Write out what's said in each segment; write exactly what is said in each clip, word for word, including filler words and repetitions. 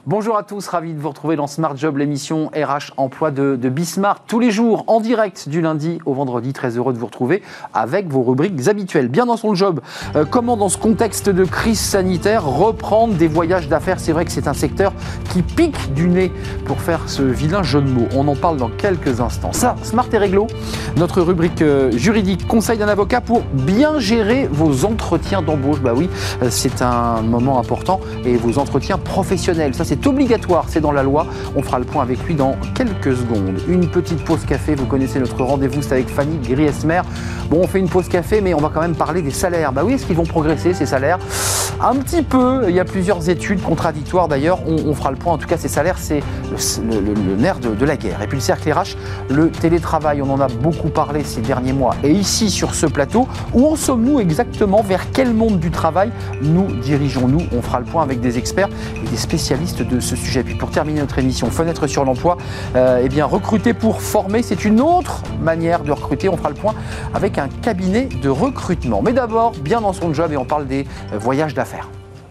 Bonjour à tous, ravi de vous retrouver dans Smart Job, l'émission R H Emploi de, de Bismart, tous les jours en direct du lundi au vendredi. Très heureux de vous retrouver avec vos rubriques habituelles. Bien dans son job, euh, comment dans ce contexte de crise sanitaire reprendre des voyages d'affaires? C'est vrai que c'est un secteur qui pique du nez pour faire ce vilain jeu de mots. On en parle dans quelques instants. Ça, Smart et Réglo, notre rubrique euh, juridique, conseil d'un avocat pour bien gérer vos entretiens d'embauche. Bah oui, euh, c'est un moment important et vos entretiens professionnels. Ça, c'est obligatoire, c'est dans la loi. On fera le point avec lui dans quelques secondes. Une petite pause café, vous connaissez notre rendez-vous, c'est avec Fanny Griesmer. Bon, on fait une pause café, mais on va quand même parler des salaires. Bah oui, est-ce qu'ils vont progresser, ces salaires? Un petit peu, il y a plusieurs études contradictoires d'ailleurs. On, on fera le point, en tout cas, ces salaires, c'est le, le, le nerf de, de la guerre. Et puis le cercle R H, le télétravail, on en a beaucoup parlé ces derniers mois. Et ici, sur ce plateau, où en sommes-nous exactement? Vers quel monde du travail nous dirigeons-nous? On fera le point avec des experts et des spécialistes de ce sujet. Puis pour terminer notre émission, fenêtre sur l'emploi, euh, eh bien recruter pour former, c'est une autre manière de recruter. On fera le point avec un cabinet de recrutement. Mais d'abord, bien dans son job, et on parle des euh, voyages d'affaires.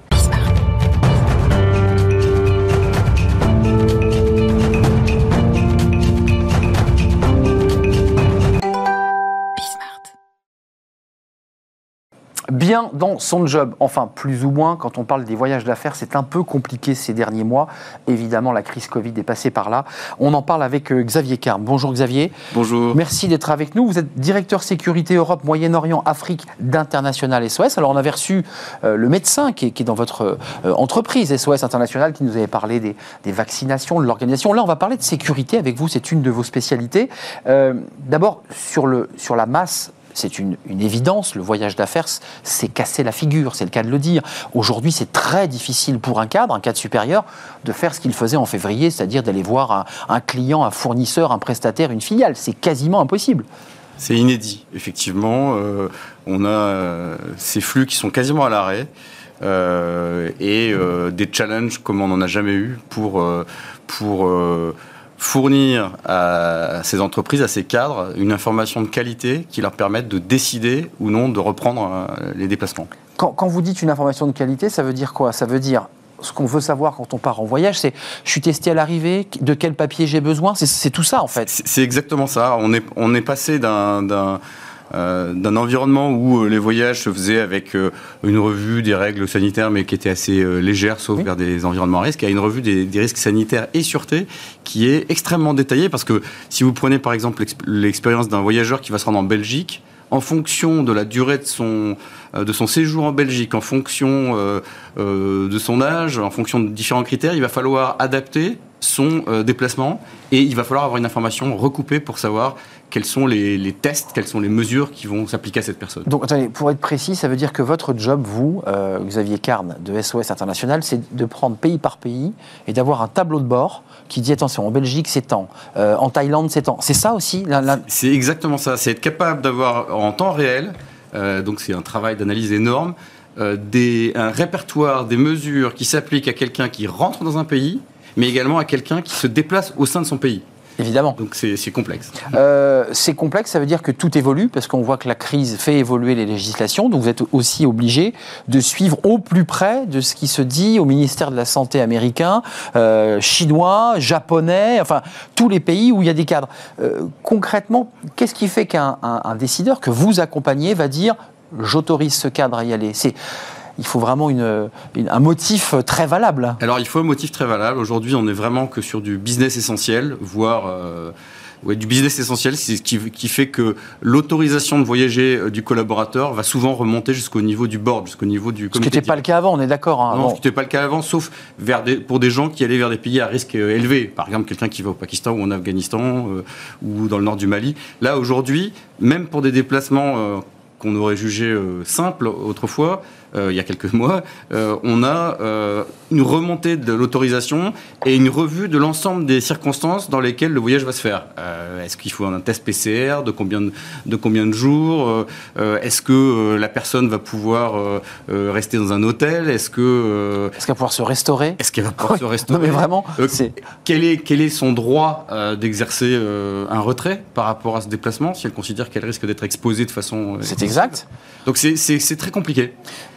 Bien dans son job, enfin plus ou moins, quand on parle des voyages d'affaires, c'est un peu compliqué ces derniers mois. Évidemment, la crise Covid est passée par là. On en parle avec euh, Xavier Carme. Bonjour Xavier. Bonjour. Merci d'être avec nous. Vous êtes directeur sécurité Europe, Moyen-Orient, Afrique d'International S O S. Alors on avait reçu euh, le médecin qui est, qui est dans votre euh, entreprise S O S International qui nous avait parlé des, des vaccinations, de l'organisation. Là, on va parler de sécurité avec vous. C'est une de vos spécialités. Euh, d'abord, sur, le, sur la masse, c'est une, une évidence, le voyage d'affaires, c'est casser la figure, c'est le cas de le dire. Aujourd'hui, c'est très difficile pour un cadre, un cadre supérieur, de faire ce qu'il faisait en février, c'est-à-dire d'aller voir un, un client, un fournisseur, un prestataire, une filiale. C'est quasiment impossible. C'est inédit, effectivement. Euh, on a euh, ces flux qui sont quasiment à l'arrêt euh, et euh, des challenges comme on n'en a jamais eu pour... Euh, pour euh, fournir à ces entreprises, à ces cadres, une information de qualité qui leur permette de décider ou non de reprendre les déplacements. Quand, quand vous dites une information de qualité, ça veut dire quoi? Ça veut dire, ce qu'on veut savoir quand on part en voyage, c'est je suis testé à l'arrivée, de quel papier j'ai besoin, c'est, c'est tout ça en fait. C'est, c'est exactement ça. On est, on est passé d'un... d'un Euh, d'un environnement où euh, les voyages se faisaient avec euh, une revue des règles sanitaires mais qui était assez euh, légère sauf oui. vers des environnements à risque, à une revue des, des risques sanitaires et sûreté qui est extrêmement détaillée parce que si vous prenez par exemple l'exp- l'expérience d'un voyageur qui va se rendre en Belgique, en fonction de la durée de son, euh, de son séjour en Belgique, en fonction euh, euh, de son âge, en fonction de différents critères, il va falloir adapter son euh, déplacement et il va falloir avoir une information recoupée pour savoir quels sont les, les tests, quelles sont les mesures qui vont s'appliquer à cette personne. Donc, attendez, pour être précis, ça veut dire que votre job, vous, euh, Xavier Carme, de S O S International, c'est de prendre pays par pays et d'avoir un tableau de bord qui dit, attention, en Belgique, c'est tant, euh, en Thaïlande, c'est tant. C'est ça aussi la, la... C'est, c'est exactement ça. C'est être capable d'avoir en temps réel, euh, donc c'est un travail d'analyse énorme, euh, des, un répertoire des mesures qui s'appliquent à quelqu'un qui rentre dans un pays, mais également à quelqu'un qui se déplace au sein de son pays. Évidemment. Donc c'est, c'est complexe. Euh, c'est complexe, ça veut dire que tout évolue, parce qu'on voit que la crise fait évoluer les législations, donc vous êtes aussi obligé de suivre au plus près de ce qui se dit au ministère de la Santé américain, euh, chinois, japonais, enfin tous les pays où il y a des cadres. Euh, concrètement, qu'est-ce qui fait qu'un un, un décideur que vous accompagnez va dire « j'autorise ce cadre à y aller » ? C'est... Il faut vraiment une, une, un motif très valable. Alors, il faut un motif très valable. Aujourd'hui, on n'est vraiment que sur du business essentiel, voire euh, ouais, du business essentiel, c'est ce qui, qui fait que l'autorisation de voyager du collaborateur va souvent remonter jusqu'au niveau du board, jusqu'au niveau du comité. Ce qui n'était pas le cas avant, on est d'accord. Hein, non, bon. ce qui n'était pas le cas avant, sauf vers des, pour des gens qui allaient vers des pays à risque élevé. Par exemple, quelqu'un qui va au Pakistan ou en Afghanistan euh, ou dans le nord du Mali. Là, aujourd'hui, même pour des déplacements euh, qu'on aurait jugés euh, simples autrefois, Euh, il y a quelques mois, euh, on a euh, une remontée de l'autorisation et une revue de l'ensemble des circonstances dans lesquelles le voyage va se faire. Euh, est-ce qu'il faut un test P C R, de combien de, de, combien de jours euh, Est-ce que euh, la personne va pouvoir euh, euh, rester dans un hôtel Est-ce que euh, est-ce qu'elle va pouvoir se restaurer Est-ce qu'elle va pouvoir oui. se restaurer Non mais vraiment, euh, c'est... Quel est, quel est son droit euh, d'exercer euh, un retrait par rapport à ce déplacement si elle considère qu'elle risque d'être exposée de façon... Euh, c'est exact. Donc c'est, c'est, c'est très compliqué.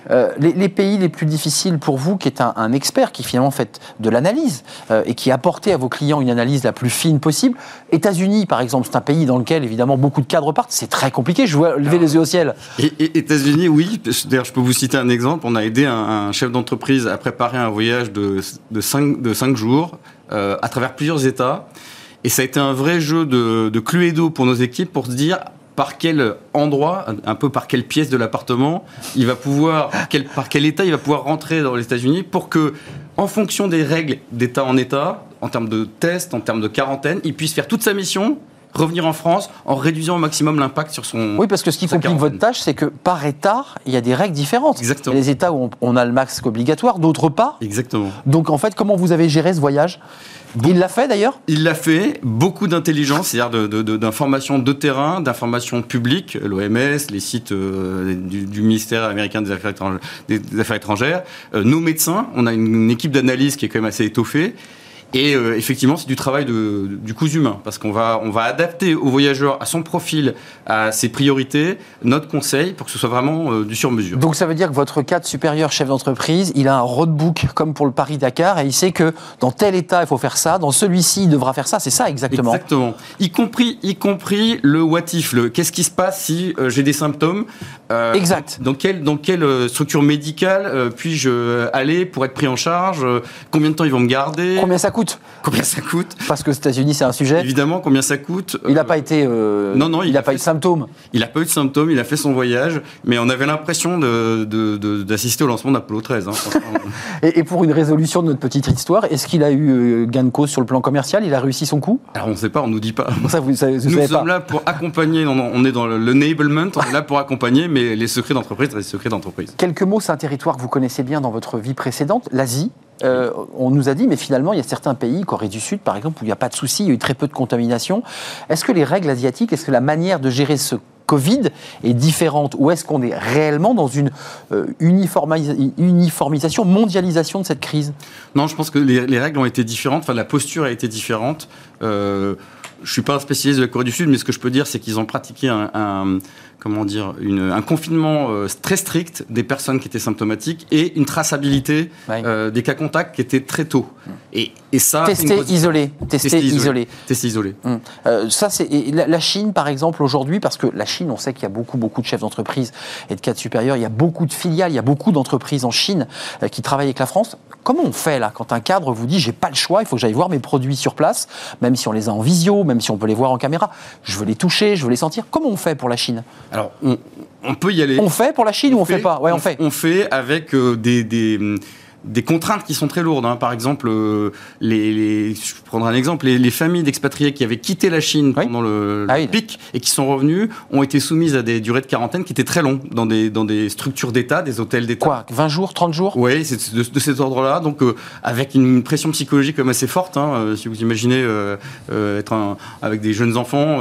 Euh, les, les pays les plus difficiles pour vous, qui est un, un expert, qui finalement fait de l'analyse euh, et qui apportait à vos clients une analyse la plus fine possible. États-Unis, par exemple, c'est un pays dans lequel évidemment beaucoup de cadres partent. C'est très compliqué. Je vois lever les yeux au ciel. Et, et États-Unis, oui. D'ailleurs, je peux vous citer un exemple. On a aidé un, un chef d'entreprise à préparer un voyage de de cinq, de cinq jours euh, à travers plusieurs États. Et ça a été un vrai jeu de, de Cluedo pour nos équipes pour se dire par quel endroit, un peu par quelle pièce de l'appartement, il va pouvoir, quel, par quel état il va pouvoir rentrer dans les États-Unis pour que, en fonction des règles d'état en état, en termes de tests, en termes de quarantaine, il puisse faire toute sa mission, revenir en France en réduisant au maximum l'impact sur son. Oui, parce que ce qui complique votre tâche, c'est que par État, il y a des règles différentes. Exactement. Il y a les États où on, on a le masque obligatoire, d'autres pas. Exactement. Donc en fait, comment vous avez géré ce voyage ? Il l'a fait d'ailleurs ? Il l'a fait, beaucoup d'intelligence, c'est-à-dire de, de, de, d'informations de terrain, d'informations publiques, l'O M S, les sites euh, du, du ministère américain des Affaires étrangères, des, des Affaires étrangères euh, nos médecins, on a une, une équipe d'analyse qui est quand même assez étoffée. Et euh, effectivement, c'est du travail de, du cousu humain, parce qu'on va, on va adapter au voyageur, à son profil, à ses priorités, notre conseil, pour que ce soit vraiment euh, du sur-mesure. Donc ça veut dire que votre cadre supérieur chef d'entreprise, il a un roadbook comme pour le Paris-Dakar, et il sait que dans tel état, il faut faire ça, dans celui-ci, il devra faire ça, c'est ça exactement. Exactement. Y compris, y compris le what if, le qu'est-ce qui se passe si euh, j'ai des symptômes. Euh, exact. Dans quelle, dans quelle structure médicale euh, puis-je aller pour être pris en charge euh, Combien de temps ils vont me garder Combien ça coûte Combien ça coûte Parce que aux États-Unis, c'est un sujet. Évidemment, combien ça coûte. Il n'a pas été. Euh, non, non, il n'a pas eu de symptômes. Il n'a pas eu de symptômes, il a fait son voyage, mais on avait l'impression de, de, de, d'assister au lancement d'Apollo treize. Hein, et, et pour une résolution de notre petite histoire, est-ce qu'il a eu euh, gain de cause sur le plan commercial ? Il a réussi son coup ? Alors, on ne sait pas, on ne nous dit pas. Ça, vous, ça, vous Nous savez sommes pas. là pour accompagner, on, on est dans l'enablement, on est là pour accompagner, mais les secrets d'entreprise, c'est les secrets d'entreprise. Quelques mots, c'est un territoire que vous connaissez bien dans votre vie précédente, l'Asie. Euh, on nous a dit, mais finalement, il y a certains pays, Corée du Sud par exemple, où il n'y a pas de souci, il y a eu très peu de contamination. Est-ce que les règles asiatiques, est-ce que la manière de gérer ce Covid est différente, ou est-ce qu'on est réellement dans une euh, uniformis- uniformisation, mondialisation de cette crise ? Non, je pense que les, les règles ont été différentes, enfin la posture a été différente. Euh, je ne suis pas un spécialiste de la Corée du Sud, mais ce que je peux dire, c'est qu'ils ont pratiqué un, un, comment dire, une, un confinement euh, très strict des personnes qui étaient symptomatiques et une traçabilité ouais. euh, des cas contacts qui étaient très tôt. Et, et ça, Testé, isolé. Testé, Testé, isolé. isolé. Testé, isolé. Hum. Euh, ça, c'est la, la Chine, par exemple, aujourd'hui, parce que la Chine, on sait qu'il y a beaucoup, beaucoup de chefs d'entreprise et de cadres supérieurs, il y a beaucoup de filiales, il y a beaucoup d'entreprises en Chine euh, qui travaillent avec la France. Comment on fait, là, quand un cadre vous dit « j'ai pas le choix, il faut que j'aille voir mes produits sur place, même si on les a en visio, même si on peut les voir en caméra, je veux les toucher, je veux les sentir ». Comment on fait pour la Chine ? Alors, on, on peut y aller. On fait pour la Chine on ou on fait, fait pas ? Ouais, on, on fait. On fait avec euh, des... des des contraintes qui sont très lourdes. Hein. Par exemple, euh, les, les, je prendrai un exemple, les, les familles d'expatriés qui avaient quitté la Chine oui. pendant le, ah le oui. pic et qui sont revenus ont été soumises à des durées de quarantaine qui étaient très longues dans des, dans des structures d'État, des hôtels d'État. Quoi, vingt jours, trente jours ? Oui, c'est de, de cet ordre-là. Donc, euh, avec une pression psychologique quand même assez forte. Hein. Euh, si vous imaginez euh, euh, être un, avec des jeunes enfants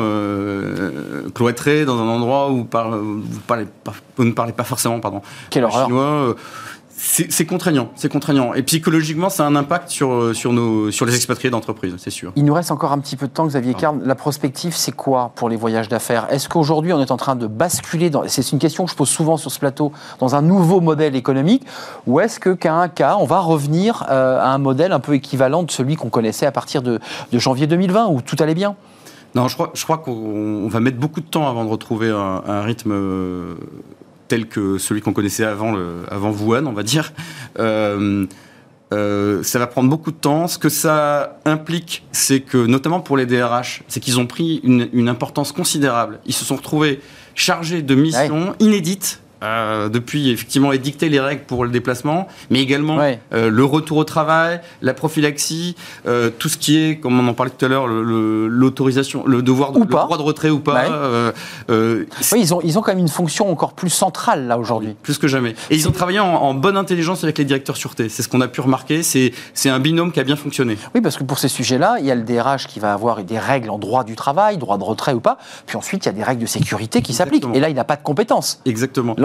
euh, cloîtrés dans un endroit où par, vous, parlez pas, vous ne parlez pas forcément pardon, Quelle horreur. chinois. Euh, C'est, c'est contraignant, c'est contraignant. Et psychologiquement, ça a un impact sur, sur, nos, sur les expatriés d'entreprise, c'est sûr. Il nous reste encore un petit peu de temps, Xavier Carne. La prospective, c'est quoi pour les voyages d'affaires ? Est-ce qu'aujourd'hui, on est en train de basculer, dans, c'est une question que je pose souvent sur ce plateau, dans un nouveau modèle économique, ou est-ce que, qu'à un cas, on va revenir euh, à un modèle un peu équivalent de celui qu'on connaissait à partir de, de janvier deux mille vingt, où tout allait bien ? Non, je crois, je crois qu'on va mettre beaucoup de temps avant de retrouver un, un rythme... Euh, tel que celui qu'on connaissait avant, le, avant Wuhan, on va dire. Euh, euh, ça va prendre beaucoup de temps. Ce que ça implique, c'est que, notamment pour les D R H, c'est qu'ils ont pris une, une importance considérable. Ils se sont retrouvés chargés de missions ouais. inédites, Euh, depuis effectivement édicter les règles pour le déplacement, mais également ouais. euh, le retour au travail, la prophylaxie, euh, tout ce qui est, comme on en parlait tout à l'heure, le, le, l'autorisation, le devoir, de, le droit de retrait ou pas. Ouais. Euh, euh, oui, ils ont, ils ont quand même une fonction encore plus centrale là aujourd'hui. Plus que jamais. Et ils ont travaillé en, en bonne intelligence avec les directeurs sûreté. C'est ce qu'on a pu remarquer. C'est, c'est un binôme qui a bien fonctionné. Oui, parce que pour ces sujets-là, il y a le D R H qui va avoir des règles en droit du travail, droit de retrait ou pas. Puis ensuite, il y a des règles de sécurité qui Exactement. s'appliquent. Et là, il n'a pas de compétences. Exactement.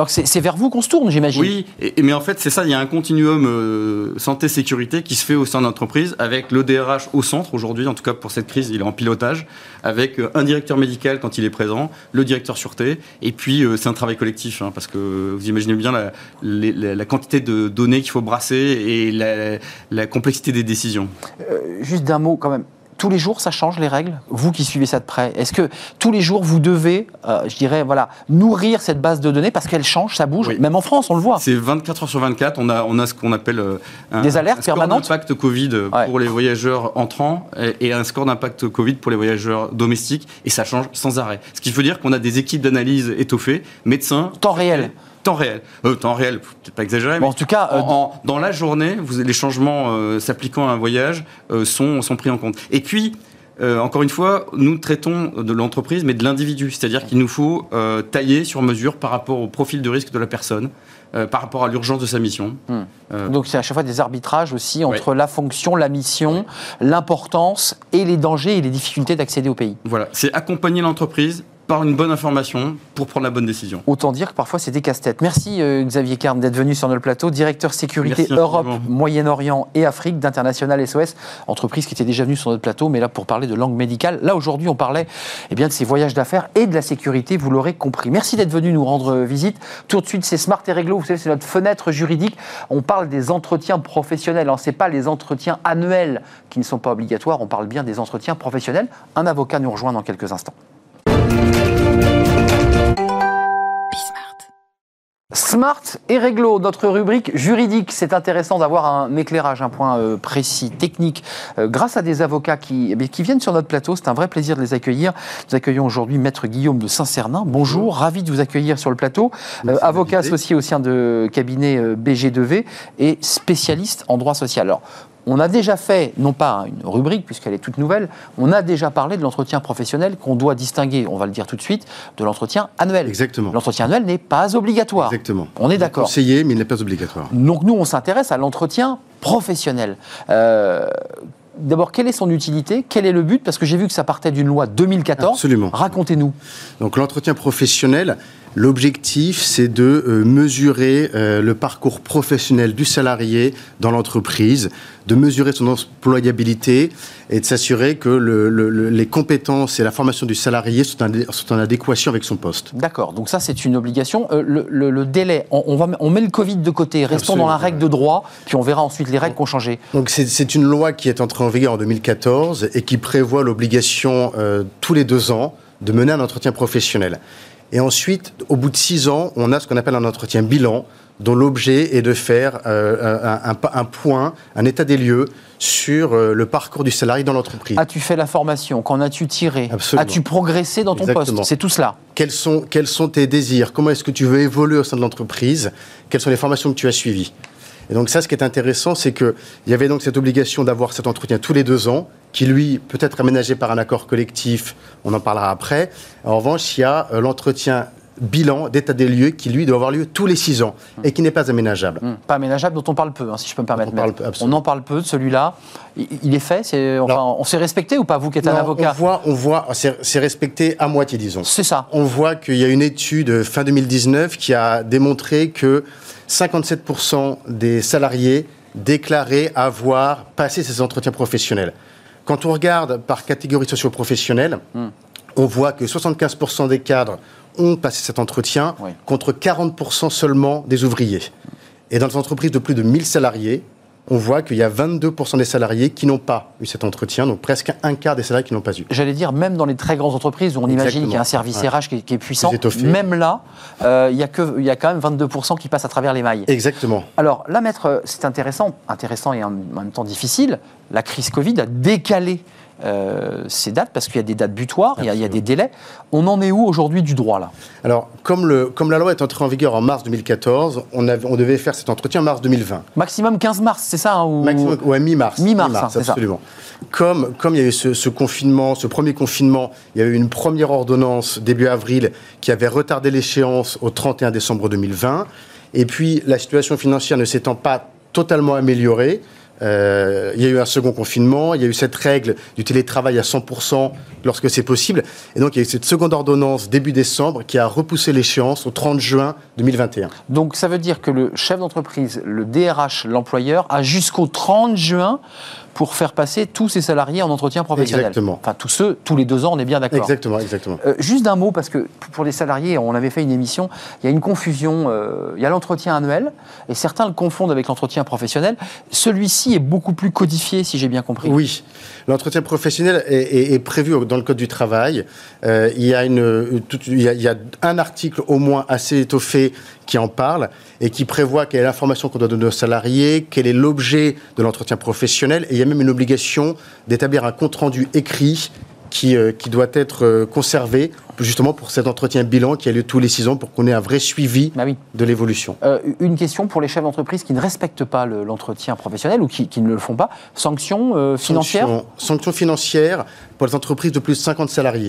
Alors c'est, c'est vers vous qu'on se tourne, j'imagine. Oui, et, mais en fait, c'est ça, il y a un continuum euh, santé-sécurité qui se fait au sein de l'entreprise, avec l'O D R H au centre aujourd'hui, en tout cas pour cette crise, il est en pilotage, avec euh, un directeur médical quand il est présent, le directeur sûreté, et puis euh, c'est un travail collectif, hein, parce que vous imaginez bien la, la, la quantité de données qu'il faut brasser et la, la complexité des décisions. Euh, juste d'un mot quand même. Tous les jours, ça change les règles? Vous qui suivez ça de près, est-ce que tous les jours, vous devez, euh, je dirais, voilà, nourrir cette base de données parce qu'elle change, ça bouge? Oui. Même en France, on le voit. C'est vingt-quatre heures sur vingt-quatre. On a, on a ce qu'on appelle euh, un, des alertes un score permanentes d'impact Covid ouais. pour les voyageurs entrants et, et un score d'impact Covid pour les voyageurs domestiques. Et ça change sans arrêt. Ce qui veut dire qu'on a des équipes d'analyse étoffées, médecins. Temps réel. Temps réel. Euh, temps réel, peut-être pas exagérer, bon, mais en tout cas, en, euh, en, dans la journée, vous, les changements euh, s'appliquant à un voyage euh, sont, sont pris en compte. Et puis, Euh, encore une fois, nous traitons de l'entreprise, mais de l'individu. C'est-à-dire qu'il nous faut euh, tailler sur mesure par rapport au profil de risque de la personne, euh, par rapport à l'urgence de sa mission. Mmh. Euh, Donc c'est à chaque fois des arbitrages aussi entre ouais. la fonction, la mission, ouais. l'importance et les dangers et les difficultés d'accéder au pays. Voilà, c'est accompagner l'entreprise par une bonne information pour prendre la bonne décision. Autant dire que parfois c'est des casse-têtes. Merci euh, Xavier Carne d'être venu sur notre plateau, directeur sécurité Merci Europe, Moyen-Orient et Afrique d'International S O S, entreprise qui était déjà venue sur notre plateau, mais là pour parler de langue médicale. Là aujourd'hui on parlait eh bien, de ces voyages d'affaires et de la sécurité, vous l'aurez compris. Merci d'être venu nous rendre visite. Tout de suite c'est Smart et Réglo, vous savez c'est notre fenêtre juridique. On parle des entretiens professionnels, alors, c'est pas les entretiens annuels qui ne sont pas obligatoires, on parle bien des entretiens professionnels. Un avocat nous rejoint dans quelques instants. Smart et Réglo, notre rubrique juridique. C'est intéressant d'avoir un éclairage, un point euh, précis, technique, euh, grâce à des avocats qui, eh bien, qui viennent sur notre plateau. C'est un vrai plaisir de les accueillir. Nous accueillons aujourd'hui Maître Guillaume de Saint-Cernin. Bonjour, Bonjour. Ravi de vous accueillir sur le plateau. Euh, avocat associé au sein de cabinet euh, B G deux V et spécialiste en droit social. Alors, on a déjà fait, non pas une rubrique, puisqu'elle est toute nouvelle, on a déjà parlé de l'entretien professionnel qu'on doit distinguer, on va le dire tout de suite, de l'entretien annuel. Exactement. L'entretien annuel n'est pas obligatoire. Exactement. On est d'accord. Conseillé, mais il n'est pas obligatoire. Donc nous, on s'intéresse à l'entretien professionnel. Euh, D'abord, quelle est son utilité? Quel est le but? Parce que j'ai vu que ça partait d'une loi deux mille quatorze. Absolument. Racontez-nous. Donc l'entretien professionnel, l'objectif, c'est de euh, mesurer euh, le parcours professionnel du salarié dans l'entreprise, de mesurer son employabilité et de s'assurer que le, le, le, les compétences et la formation du salarié sont, en, sont en adéquation avec son poste. D'accord, donc ça c'est une obligation. Euh, le, le, le délai, on, on, va, on met le Covid de côté, restons Absolument. Dans la règle de droit, puis on verra ensuite les règles qui ont changé. Donc c'est, c'est une loi qui est entrée en vigueur en deux mille quatorze et qui prévoit l'obligation euh, tous les deux ans de mener un entretien professionnel. Et ensuite, au bout de six ans, on a ce qu'on appelle un entretien bilan, dont l'objet est de faire euh, un, un, un point, un état des lieux sur euh, le parcours du salarié dans l'entreprise. As-tu fait la formation? Qu'en as-tu tiré? Absolument. As-tu progressé dans ton Exactement. poste? C'est tout cela. Quels sont, quels sont tes désirs? Comment est-ce que tu veux évoluer au sein de l'entreprise? Quelles sont les formations que tu as suivies? Et donc ça, ce qui est intéressant, c'est qu'il y avait donc cette obligation d'avoir cet entretien tous les deux ans, qui lui peut être aménagé par un accord collectif, on en parlera après. En revanche, il y a euh, l'entretien bilan d'état des lieux qui lui doit avoir lieu tous les six ans et qui n'est pas aménageable. Mmh. Pas aménageable, dont on parle peu, hein, si je peux me permettre. On, parle peu, on en parle peu de celui-là. Il, il est fait, c'est, enfin, non. On s'est respecté ou pas, vous qui êtes non, un avocat? On voit, on voit c'est, c'est respecté à moitié, disons. C'est ça. On voit qu'il y a une étude fin deux mille dix-neuf qui a démontré que cinquante-sept pour cent des salariés déclaraient avoir passé ces entretiens professionnels. Quand on regarde par catégorie socio-professionnelle, mmh. on voit que soixante-quinze pour cent des cadres ont passé cet entretien, oui. contre quarante pour cent seulement des ouvriers. Et dans les entreprises de plus de mille salariés, on voit qu'il y a vingt-deux pour cent des salariés qui n'ont pas eu cet entretien, donc presque un quart des salariés qui n'ont pas eu. J'allais dire, même dans les très grandes entreprises où on Exactement. Imagine qu'il y a un service ouais. R H qui est, qui est puissant, même là, euh, il y a que, il y a quand même vingt-deux pour cent qui passent à travers les mailles. Exactement. Alors là, maître, c'est intéressant, intéressant et en même temps difficile, la crise Covid a décalé Euh, ces dates, parce qu'il y a des dates butoirs, il y, a, il y a des délais. On en est où aujourd'hui du droit, là? Alors, comme, le, comme la loi est entrée en vigueur en mars deux mille quatorze, on, avait, on devait faire cet entretien en mars deux mille vingt. Maximum quinze mars, c'est ça hein, ou... Maximum, ouais, mi-mars. Mi-mars, mi-mars hein, absolument. Comme, comme il y a eu ce, ce confinement, ce premier confinement, il y a eu une première ordonnance début avril qui avait retardé l'échéance au trente et un décembre deux mille vingt. Et puis, la situation financière ne s'étant pas totalement améliorée, Euh, il y a eu un second confinement, il y a eu cette règle du télétravail à cent pour cent lorsque c'est possible. Et donc, il y a eu cette seconde ordonnance début décembre qui a repoussé l'échéance au trente juin deux mille vingt et un. Donc ça veut dire que le chef d'entreprise, le D R H, l'employeur, a jusqu'au trente juin pour faire passer tous ses salariés en entretien professionnel. Exactement. Enfin, tous ceux, tous les deux ans, on est bien d'accord. Exactement, exactement. Euh, juste d'un mot, parce que pour les salariés, on avait fait une émission, il y a une confusion, euh, il y a l'entretien annuel, et certains le confondent avec l'entretien professionnel. Celui-ci est beaucoup plus codifié, si j'ai bien compris. Oui, l'entretien professionnel est, est, est prévu dans le Code du travail. Euh, il, y a une, toute, il, y a, il y a un article au moins assez étoffé qui en parle et qui prévoit quelle est l'information qu'on doit donner aux salariés, quel est l'objet de l'entretien professionnel, et il y a même une obligation d'établir un compte-rendu écrit qui, euh, qui doit être euh, conservé justement pour cet entretien bilan qui a lieu tous les six ans pour qu'on ait un vrai suivi bah oui. de l'évolution. Euh, une question pour les chefs d'entreprise qui ne respectent pas le, l'entretien professionnel ou qui, qui ne le font pas. Sanctions euh, financières Sanctions, sanctions financières pour les entreprises de plus de cinquante salariés.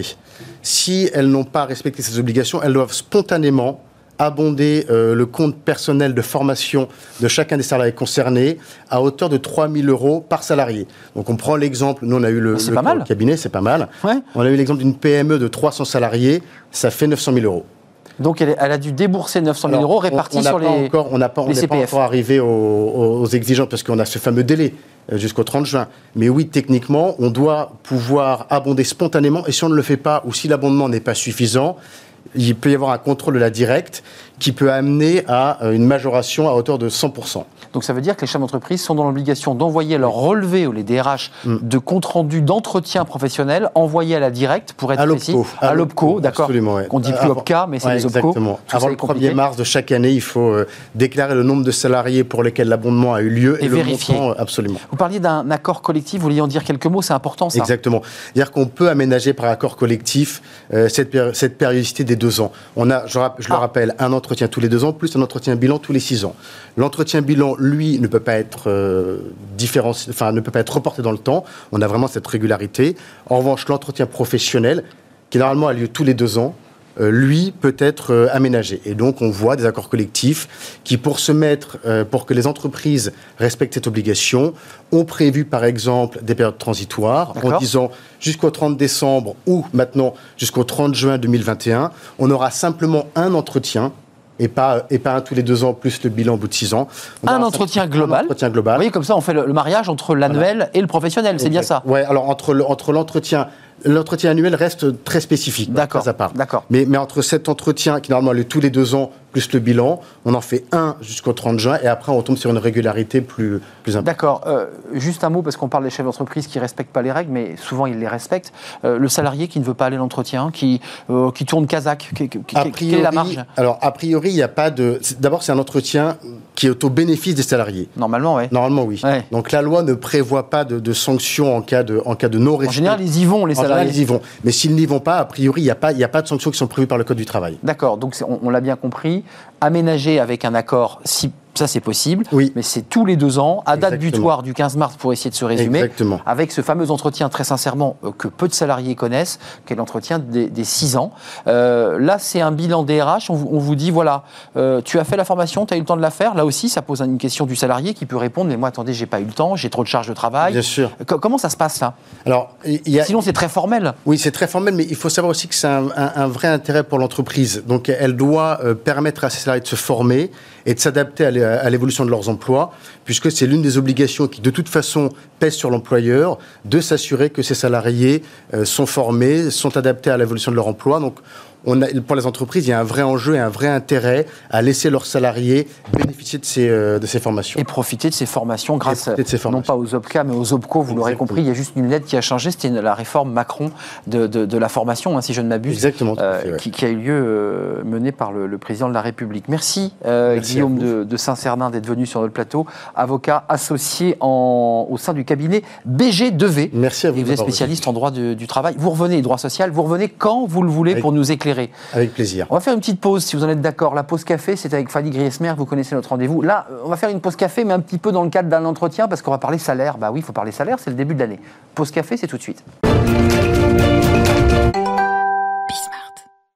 Si elles n'ont pas respecté ces obligations, elles doivent spontanément abonder euh, le compte personnel de formation de chacun des salariés concernés à hauteur de trois mille euros par salarié. Donc on prend l'exemple, nous on a eu le, le, le cabinet, c'est pas mal. Ouais. On a eu l'exemple d'une P M E de trois cents salariés, ça fait neuf cent mille euros. Donc elle, elle a dû débourser neuf cent mille euros répartis on, on sur les encore, On n'a pas, on n'est pas encore arrivé aux, aux, aux exigences parce qu'on a ce fameux délai jusqu'au trente juin. Mais oui, techniquement, on doit pouvoir abonder spontanément et si on ne le fait pas ou si l'abondement n'est pas suffisant, il peut y avoir un contrôle de la directe qui peut amener à une majoration à hauteur de cent pour cent. Donc ça veut dire que les chefs d'entreprise sont dans l'obligation d'envoyer leur relevé, ou les D R H, mm. de compte-rendu d'entretien professionnel envoyé à la directe pour être à précis. À, à l'OPCO, d'accord. Absolument, ouais. On ne dit plus euh, O P C A, mais c'est ouais, les OPCO. Exactement. Avant le premier mars de chaque année, il faut euh, déclarer le nombre de salariés pour lesquels l'abondement a eu lieu et, et le vérifier. Montant, euh, absolument. Vous parliez d'un accord collectif, vous vouliez en dire quelques mots, c'est important ça. Exactement. C'est-à-dire qu'on peut aménager par accord collectif euh, cette, péri- cette périodicité des deux ans. On a, je, je ah. le rappelle, un entretien tous les deux ans, plus un entretien bilan tous les six ans. L'entretien bilan, lui, ne peut pas être euh, différencié, enfin, ne peut pas être reporté dans le temps. On a vraiment cette régularité. En revanche, l'entretien professionnel, qui normalement a lieu tous les deux ans, euh, lui, peut être euh, aménagé. Et donc, on voit des accords collectifs qui, pour se mettre, euh, pour que les entreprises respectent cette obligation, ont prévu, par exemple, des périodes transitoires, D'accord. en disant jusqu'au trente décembre ou maintenant jusqu'au trente juin deux mille vingt et un, on aura simplement un entretien. Et pas, et pas un tous les deux ans, plus le bilan au bout de six ans. On un entretien global. Un entretien global. Oui, comme ça, on fait le, le mariage entre l'annuel voilà. et le professionnel, exact. C'est bien ça. Oui, alors entre, le, entre l'entretien... L'entretien annuel reste très spécifique. D'accord. À part. D'accord. Mais, mais entre cet entretien, qui normalement est tous les deux ans, plus le bilan, on en fait un jusqu'au trente juin, et après on tombe sur une régularité plus, plus importante. D'accord. Euh, juste un mot, parce qu'on parle des chefs d'entreprise qui ne respectent pas les règles, mais souvent ils les respectent. Euh, le salarié qui ne veut pas aller à l'entretien, qui, euh, qui tourne Kazakh, qui, qui, priori, quelle est la marge ? Alors, a priori, il n'y a pas de... D'abord, c'est un entretien qui est au bénéfice des salariés. Normalement, oui. Normalement, oui. Ouais. Donc la loi ne prévoit pas de, de sanctions en cas de, en cas de non-respect. En général, ils y vont, les salariés. En général, ils y vont. Mais s'ils n'y vont pas, a priori, il n'y a pas, il n'y a pas de sanctions qui sont prévues par le Code du travail. D'accord, donc on, on l'a bien compris. Aménager avec un accord, si ça c'est possible, oui. mais c'est tous les deux ans, à date Exactement. butoir du quinze mars pour essayer de se résumer, Exactement. avec ce fameux entretien, très sincèrement, euh, que peu de salariés connaissent, qui est l'entretien des, des six ans. Euh, là, c'est un bilan D R H, on vous, on vous dit, voilà, euh, tu as fait la formation, tu as eu le temps de la faire. Là aussi, ça pose une question du salarié qui peut répondre, mais moi, attendez, j'ai pas eu le temps, j'ai trop de charges de travail. Bien sûr. C- comment ça se passe, là ? Alors, il y a... Sinon, c'est très formel. Oui, c'est très formel, mais il faut savoir aussi que c'est un, un, un vrai intérêt pour l'entreprise. Donc, elle doit euh, permettre à ses salariés de se former et de s'adapter à, l'é- à l'évolution de leurs emplois, puisque c'est l'une des obligations qui, de toute façon, pèse sur l'employeur, de s'assurer que ses salariés euh, sont formés, sont adaptés à l'évolution de leur emploi. Donc, on a, pour les entreprises, il y a un vrai enjeu et un vrai intérêt à laisser leurs salariés bénéficier de ces, euh, de ces formations. Et profiter de ces formations grâce, de ces formations. non pas aux O P C A, mais aux OPCO, vous l'aurez compris. Il y a juste une lettre qui a changé, c'était une, la réforme Macron de, de, de la formation, hein, si je ne m'abuse. Exactement. Euh, fait, ouais. qui, qui a eu lieu, euh, menée par le, le président de la République. Merci, euh, Merci Guillaume de, de Saint-Cernin d'être venu sur notre plateau, avocat associé en, au sein du cabinet B G deux V. Merci à vous. Et vous êtes spécialiste en droit de, du travail. Vous revenez, droit social, vous revenez quand vous le voulez Avec... pour nous éclairer. Avec plaisir. On va faire une petite pause, si vous en êtes d'accord. La pause café, c'est avec Fanny Griesmer, vous connaissez notre rendez-vous. Là, on va faire une pause café, mais un petit peu dans le cadre d'un entretien, parce qu'on va parler salaire. Bah oui, il faut parler salaire, c'est le début de l'année. Pause café, c'est tout de suite.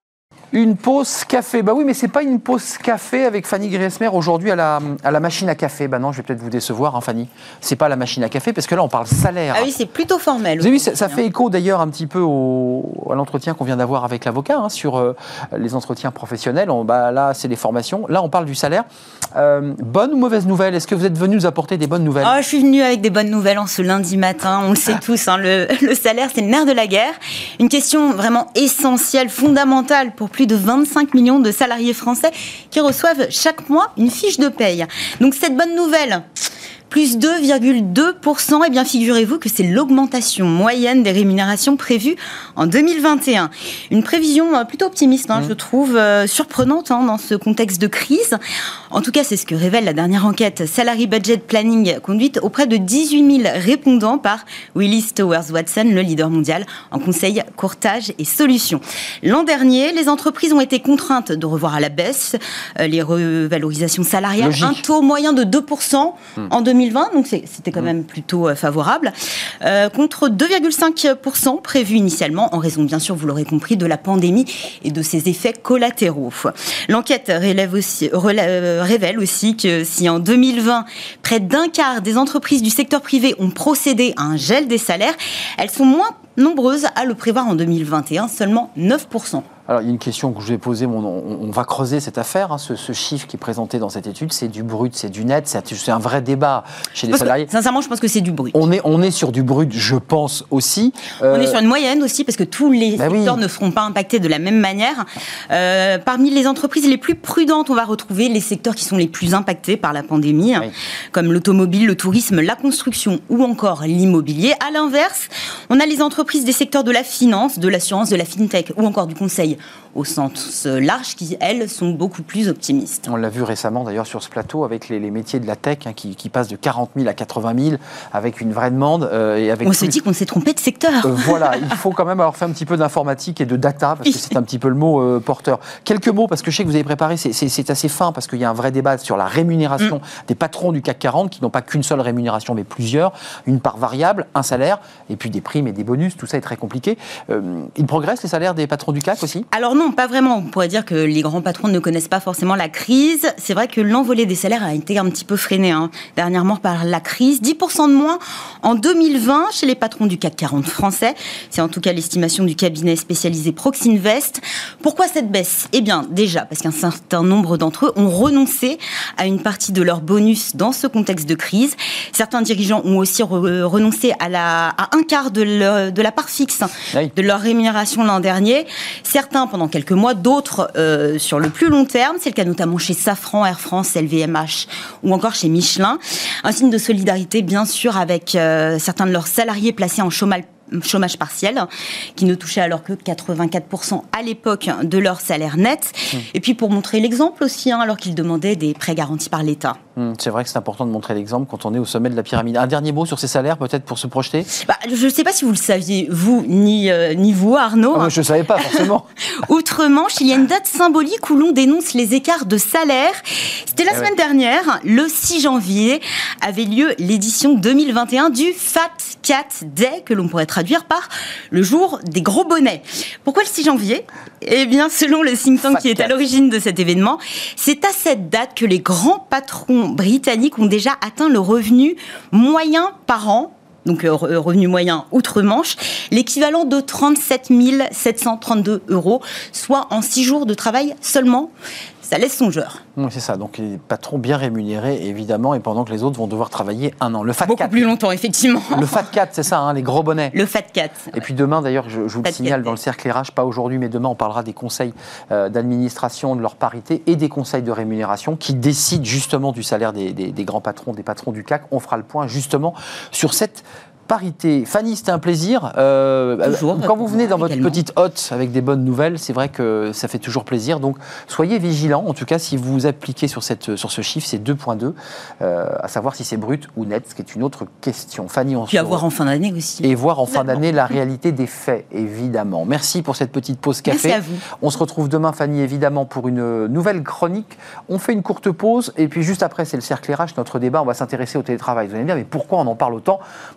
Une pause café. Bah oui, mais c'est pas une pause café avec Fanny Griesmer aujourd'hui à la, à la machine à café. Bah non, je vais peut-être vous décevoir, hein, Fanny. C'est pas la machine à café parce que là, on parle salaire. Ah oui, c'est plutôt formel. Vous avez vu, ça, ça fait écho d'ailleurs un petit peu au, à l'entretien qu'on vient d'avoir avec l'avocat hein, sur euh, les entretiens professionnels. On, bah, là, c'est les formations. Là, on parle du salaire. Euh, bonne ou mauvaise nouvelle? Est-ce que vous êtes venu nous apporter des bonnes nouvelles? Oh, je suis venue avec des bonnes nouvelles en ce lundi matin. On le sait tous, hein, le, le salaire, c'est le nerf de la guerre. Une question vraiment essentielle, fondamentale pour plus de vingt-cinq millions de salariés français qui reçoivent chaque mois une fiche de paye. Donc cette bonne nouvelle, plus deux virgule deux pour cent, et bien figurez-vous que c'est l'augmentation moyenne des rémunérations prévues en deux mille vingt et un. Une prévision plutôt optimiste, hein, mmh. je trouve, euh, surprenante hein, dans ce contexte de crise. En tout cas, c'est ce que révèle la dernière enquête Salary Budget Planning conduite auprès de dix-huit mille répondants par Willis Towers Watson, le leader mondial en conseil, courtage et solutions. L'an dernier, les entreprises ont été contraintes de revoir à la baisse euh, les revalorisations salariales. Logique. Un taux moyen de deux pour cent mmh. en deux mille vingt, donc c'était quand même plutôt euh, favorable, euh, contre deux virgule cinq pour cent prévu initialement, en raison, bien sûr, vous l'aurez compris, de la pandémie et de ses effets collatéraux. L'enquête relève aussi, relève, révèle aussi que si en deux mille vingt, près d'un quart des entreprises du secteur privé ont procédé à un gel des salaires, elles sont moins nombreuses à le prévoir en deux mille vingt et un, seulement neuf pour cent. Alors, il y a une question que je vais poser, on, on, on va creuser cette affaire, hein, ce, ce chiffre qui est présenté dans cette étude, c'est du brut, c'est du net, c'est, c'est un vrai débat chez les salariés. Que, sincèrement, je pense que c'est du brut. On est, on est sur du brut, je pense aussi. Euh... On est sur une moyenne aussi, parce que tous les bah secteurs oui. ne seront pas impactés de la même manière. Euh, parmi les entreprises les plus prudentes, on va retrouver les secteurs qui sont les plus impactés par la pandémie, oui. comme l'automobile, le tourisme, la construction ou encore l'immobilier. À l'inverse, on a les entreprises des secteurs de la finance, de l'assurance, de la fintech ou encore du conseil au sens large, qui, elles, sont beaucoup plus optimistes. On l'a vu récemment, d'ailleurs, sur ce plateau, avec les, les métiers de la tech, hein, qui, qui passent de quarante mille à quatre-vingt mille, avec une vraie demande. Euh, et avec on plus... se dit qu'on s'est trompé de secteur. Euh, voilà, il faut quand même avoir fait un petit peu d'informatique et de data, parce que c'est un petit peu le mot euh, porteur. Quelques mots, parce que je sais que vous avez préparé, c'est, c'est, c'est assez fin, parce qu'il y a un vrai débat sur la rémunération mm. des patrons du C A C quarante, qui n'ont pas qu'une seule rémunération, mais plusieurs, une part variable, un salaire, et puis des primes et des bonus, tout ça est très compliqué. Euh, ils progressent, les salaires des patrons du C A C aussi? Alors non, pas vraiment. On pourrait dire que les grands patrons ne connaissent pas forcément la crise. C'est vrai que l'envolée des salaires a été un petit peu freinée hein, dernièrement par la crise. dix pour cent de moins en deux mille vingt chez les patrons du C A C quarante français. C'est en tout cas l'estimation du cabinet spécialisé Proxinvest. Pourquoi cette baisse? Eh bien, déjà, parce qu'un certain nombre d'entre eux ont renoncé à une partie de leur bonus dans ce contexte de crise. Certains dirigeants ont aussi re- renoncé à, la, à un quart de, le, de la part fixe oui. de leur rémunération l'an dernier. Certains pendant quelques mois, d'autres euh, sur le plus long terme. C'est le cas notamment chez Safran, Air France, L V M H ou encore chez Michelin. Un signe de solidarité, bien sûr, avec euh, certains de leurs salariés placés en chômage chômage partiel, qui ne touchait alors que quatre-vingt-quatre pour cent à l'époque de leur salaire net. Mmh. Et puis pour montrer l'exemple aussi, hein, alors qu'ils demandaient des prêts garantis par l'État. Mmh, c'est vrai que c'est important de montrer l'exemple quand on est au sommet de la pyramide. Un dernier mot sur ces salaires, peut-être, pour se projeter? bah, Je ne sais pas si vous le saviez, vous, ni, euh, ni vous, Arnaud. Ah, hein. Je ne savais pas, forcément. Outre-Manche, il y a une date symbolique où l'on dénonce les écarts de salaire. C'était la eh semaine ouais. dernière, le six janvier, avait lieu l'édition deux mille vingt et un du Fat Cat Day, que l'on pourrait traduire par le jour des gros bonnets. Pourquoi le six janvier? Eh bien, selon le think tank qui est à l'origine de cet événement, c'est à cette date que les grands patrons britanniques ont déjà atteint le revenu moyen par an, donc euh, revenu moyen outre-Manche, l'équivalent de trente-sept mille sept cent trente-deux euros, soit en six jours de travail seulement. Ça laisse songeur. Oui, c'est ça. Donc, les patrons bien rémunérés, évidemment, et pendant que les autres vont devoir travailler un an. Le Fat Beaucoup Cat. plus longtemps, effectivement. Le Fat Cat, c'est ça, hein, les gros bonnets. Le Fat Cat. Et ouais. puis demain, d'ailleurs, je, je vous Fat le signale, Cat. Dans le cercle R H, pas aujourd'hui, mais demain, on parlera des conseils euh, d'administration, de leur parité, et des conseils de rémunération qui décident justement du salaire des, des, des grands patrons, des patrons du C A C. On fera le point, justement, sur cette parité. Fanny, c'était un plaisir. Euh, toujours, quand vous venez dans votre également. Petite hotte avec des bonnes nouvelles, c'est vrai que ça fait toujours plaisir. Donc, soyez vigilants. En tout cas, si vous vous appliquez sur, cette, sur ce chiffre, c'est deux virgule deux, euh, à savoir si c'est brut ou net, ce qui est une autre question. Fanny, on Puis à voir en fin d'année aussi. Et voir en fin d'année la réalité des faits, évidemment. Merci pour cette petite pause café. Merci à vous. On se retrouve demain, Fanny, évidemment, pour une nouvelle chronique. On fait une courte pause et puis juste après, c'est le cercle R H, notre débat. On va s'intéresser au télétravail. Vous allez me dire, mais pourquoi on en parle autant? bah Parce qu'on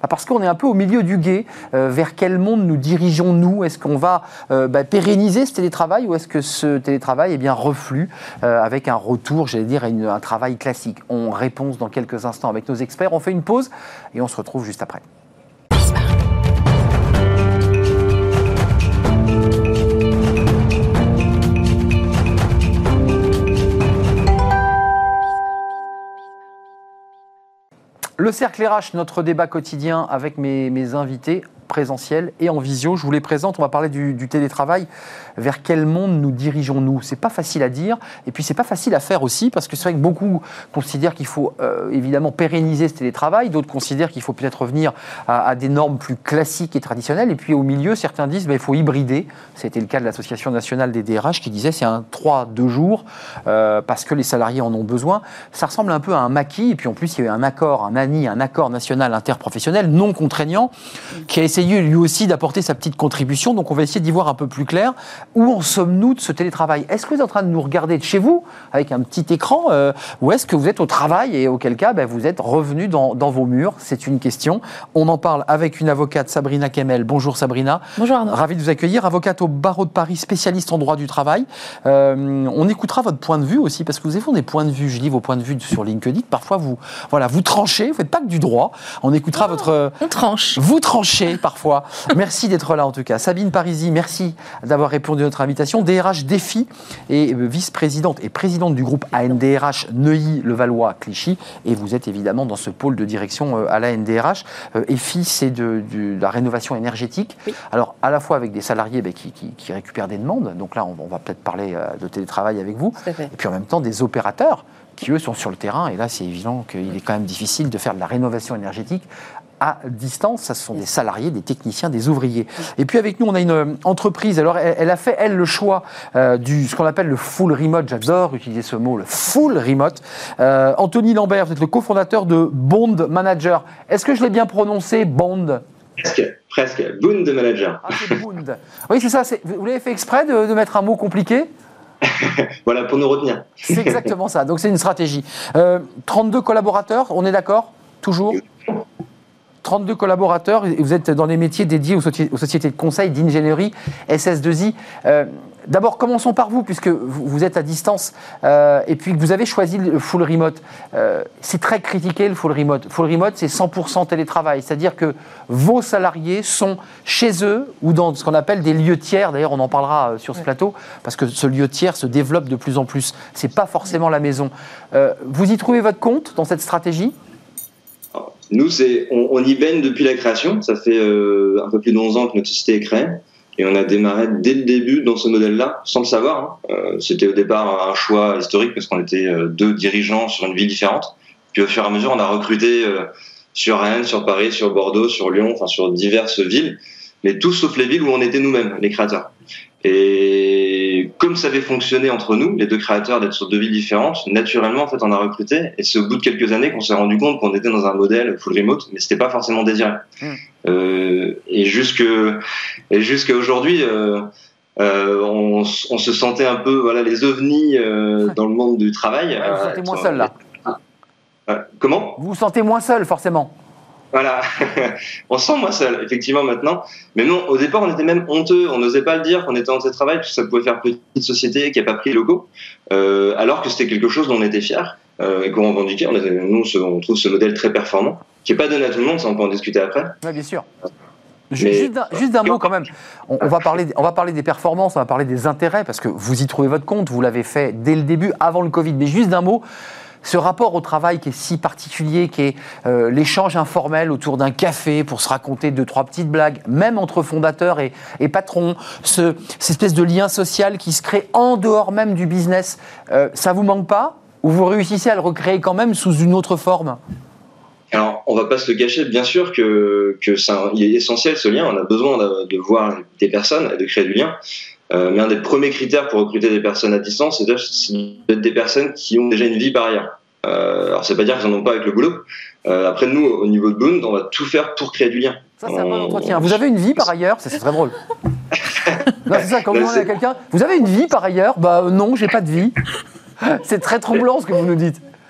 est un peu au milieu du gué. Euh, vers quel monde nous dirigeons-nous? Est-ce qu'on va euh, bah, pérenniser ce télétravail ou est-ce que ce télétravail est bien reflue euh, avec un retour, j'allais dire, à une, un travail classique? On réponse dans quelques instants avec nos experts. On fait une pause et on se retrouve juste après. Le Cercle R H, notre débat quotidien avec mes, mes invités présentiels et en visio. Je vous les présente, on va parler du, du télétravail. Vers quel monde nous dirigeons-nous? C'est pas facile à dire et puis c'est pas facile à faire aussi parce que c'est vrai que beaucoup considèrent qu'il faut euh, évidemment pérenniser ce télétravail, d'autres considèrent qu'il faut peut-être revenir à, à des normes plus classiques et traditionnelles et puis au milieu, certains disent qu'il bah, faut hybrider. C'était le cas de l'Association nationale des D R H qui disait c'est un trois deux jours euh, parce que les salariés en ont besoin. Ça ressemble un peu à un maquis et puis en plus il y a eu un accord, un A N I, un accord national interprofessionnel non contraignant qui a essayé lui aussi d'apporter sa petite contribution. Donc on va essayer d'y voir un peu plus clair. Où en sommes-nous de ce télétravail? Est-ce que vous êtes en train de nous regarder de chez vous avec un petit écran euh, ou est-ce que vous êtes au travail et auquel cas ben, vous êtes revenu dans, dans vos murs? C'est une question. On en parle avec une avocate, Sabrina Kemel. Bonjour Sabrina. Bonjour Arnaud. Ravi de vous accueillir. Avocate au barreau de Paris, spécialiste en droit du travail. Euh, on écoutera votre point de vue aussi parce que vous avez des points de vue. Je lis vos points de vue sur LinkedIn. Parfois vous, voilà, vous tranchez. Vous ne faites pas que du droit. On écoutera oh, votre... On tranche. Vous tranchez parfois. Merci d'être là en tout cas. Sabine Parisi, merci d'avoir répondu à notre invitation. D R H Défi et vice-présidente et présidente du groupe A N D R H Neuilly-Levallois-Clichy. Et vous êtes évidemment dans ce pôle de direction à l'A N D R H. E F I, c'est de, de, de la rénovation énergétique. Oui. Alors, à la fois avec des salariés ben, qui, qui, qui récupèrent des demandes. Donc là, on, on va peut-être parler de télétravail avec vous. Et puis en même temps, des opérateurs qui, eux, sont sur le terrain. Et là, c'est évident qu'il est quand même difficile de faire de la rénovation énergétique à distance. Ça, ce sont des salariés, des techniciens, des ouvriers. Et puis avec nous, on a une entreprise. Alors, elle, elle a fait, elle, le choix euh, du ce qu'on appelle le full remote. J'adore utiliser ce mot, le full remote. Euh, Anthony Lambert, vous êtes le cofondateur de Bond Manager. Est-ce que je l'ai bien prononcé, Bond? Presque, presque. Bond Manager. Ah, c'est Bond. Oui, c'est ça. C'est, vous l'avez fait exprès de, de mettre un mot compliqué? Voilà, pour nous retenir. C'est exactement ça. Donc, c'est une stratégie. Euh, trente-deux collaborateurs, on est d'accord? Toujours? trente-deux collaborateurs, et vous êtes dans les métiers dédiés aux, soci- aux sociétés de conseil, d'ingénierie, S S deux I. Euh, d'abord, commençons par vous, puisque vous, vous êtes à distance, euh, et puis que vous avez choisi le full remote. Euh, c'est très critiqué, le full remote. Full remote, c'est cent pour cent télétravail, c'est-à-dire que vos salariés sont chez eux, ou dans ce qu'on appelle des lieux tiers. D'ailleurs, on en parlera sur ce ouais. plateau, parce que ce lieu tiers se développe de plus en plus. C'est pas forcément la maison. Euh, vous y trouvez votre compte dans cette stratégie ? Nous, c'est, on, on y baigne depuis la création. Ça fait euh, un peu plus de onze ans que notre société est créée. Et on a démarré dès le début dans ce modèle-là, sans le savoir. Hein. Euh, c'était au départ un choix historique parce qu'on était euh, deux dirigeants sur une ville différente. Puis au fur et à mesure, on a recruté euh, sur Rennes, sur Paris, sur Bordeaux, sur Lyon, enfin sur diverses villes. Mais tous sauf les villes où on était nous-mêmes, les créateurs. Et comme ça avait fonctionné entre nous, les deux créateurs, d'être sur deux villes différentes, naturellement, en fait, on a recruté. Et c'est au bout de quelques années qu'on s'est rendu compte qu'on était dans un modèle full remote, mais c'était pas forcément désiré. Mmh. Euh, et jusque, et jusqu'à aujourd'hui, euh, euh, on, on se sentait un peu, voilà, les ovnis euh, dans le monde du travail. Ouais, vous vous sentez moins seul là. Euh, comment ? Vous vous sentez moins seul, forcément. Voilà, on se sent moins seul, effectivement, maintenant. Mais non, au départ, on était même honteux. On n'osait pas le dire qu'on était en télétravail, parce que ça pouvait faire petite société qui n'a pas pris les locaux, euh, alors que c'était quelque chose dont on était fiers euh, et qu'on revendiquait. On était, nous, on trouve ce modèle très performant, qui n'est pas donné à tout le monde, ça on peut en discuter après. Oui, bien sûr. Mais, juste, d'un, juste d'un mot quand même, on, on, va parler, on va parler des performances, on va parler des intérêts, parce que vous y trouvez votre compte, vous l'avez fait dès le début, avant le Covid. Mais juste d'un mot, ce rapport au travail qui est si particulier, qui est euh, l'échange informel autour d'un café pour se raconter deux, trois petites blagues, même entre fondateurs et, et patrons, ce, cette espèce de lien social qui se crée en dehors même du business, euh, ça vous manque pas? Ou vous réussissez à le recréer quand même sous une autre forme? Alors, on va pas se le cacher, bien sûr que, que c'est un, il est essentiel ce lien, on a besoin de, de voir des personnes et de créer du lien. Euh, mais un des premiers critères pour recruter des personnes à distance, c'est d'être des personnes qui ont déjà une vie par ailleurs. Euh, alors, c'est pas dire qu'ils n'en ont pas avec le boulot. Euh, après, nous, au niveau de Bond, on va tout faire pour créer du lien. Ça, c'est un bon entretien. Vous avez une vie par ailleurs? C'est très drôle. Non, c'est ça, quand vous demandez à quelqu'un, vous avez une vie par ailleurs? Bah non, j'ai pas de vie. C'est très troublant ce que vous nous dites.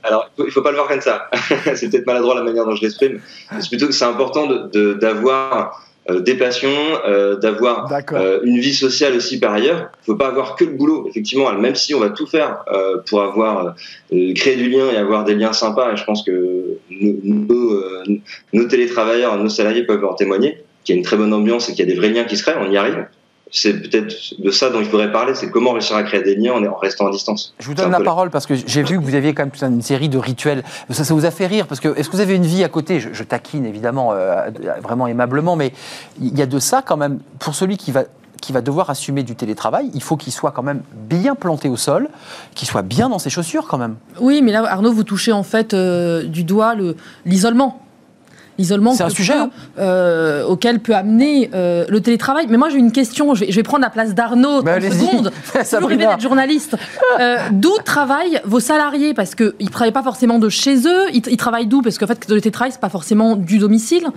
alors il ne faut pas le voir comme ça. C'est peut-être maladroit la manière dont je l'exprime. C'est plutôt que c'est important de, de, d'avoir euh, des passions, euh, d'avoir euh, une vie sociale aussi par ailleurs. Il ne faut pas avoir que le boulot. Effectivement, même si on va tout faire euh, pour avoir euh, créer du lien et avoir des liens sympas, et je pense que nos, nos, euh, nos télétravailleurs, nos salariés peuvent en témoigner, qu'il y a une très bonne ambiance et qu'il y a des vrais liens qui se créent, on y arrive. C'est peut-être de ça dont il faudrait parler, c'est comment réussir à créer des liens en restant à distance. Je vous donne la parole parce que j'ai vu que vous aviez quand même une série de rituels. Ça, ça vous a fait rire parce que est-ce que vous avez une vie à côté ? je, je taquine évidemment, euh, vraiment aimablement, mais il y a de ça quand même. Pour celui qui va qui va devoir assumer du télétravail, il faut qu'il soit quand même bien planté au sol, qu'il soit bien dans ses chaussures quand même. Oui, mais là, Arnaud, vous touchez en fait euh, du doigt le, l'isolement. L'isolement c'est un sujet peut, hein. euh, auquel peut amener euh, le télétravail. Mais moi, j'ai une question. Je vais, je vais prendre la place d'Arnaud bah, trente secondes. Toujours rêvé d'être journaliste. Euh, d'où travaillent vos salariés ? Parce qu'ils ne travaillent pas forcément de chez eux. Ils, ils travaillent d'où ? Parce qu'en fait, le télétravail, ce n'est pas forcément du domicile.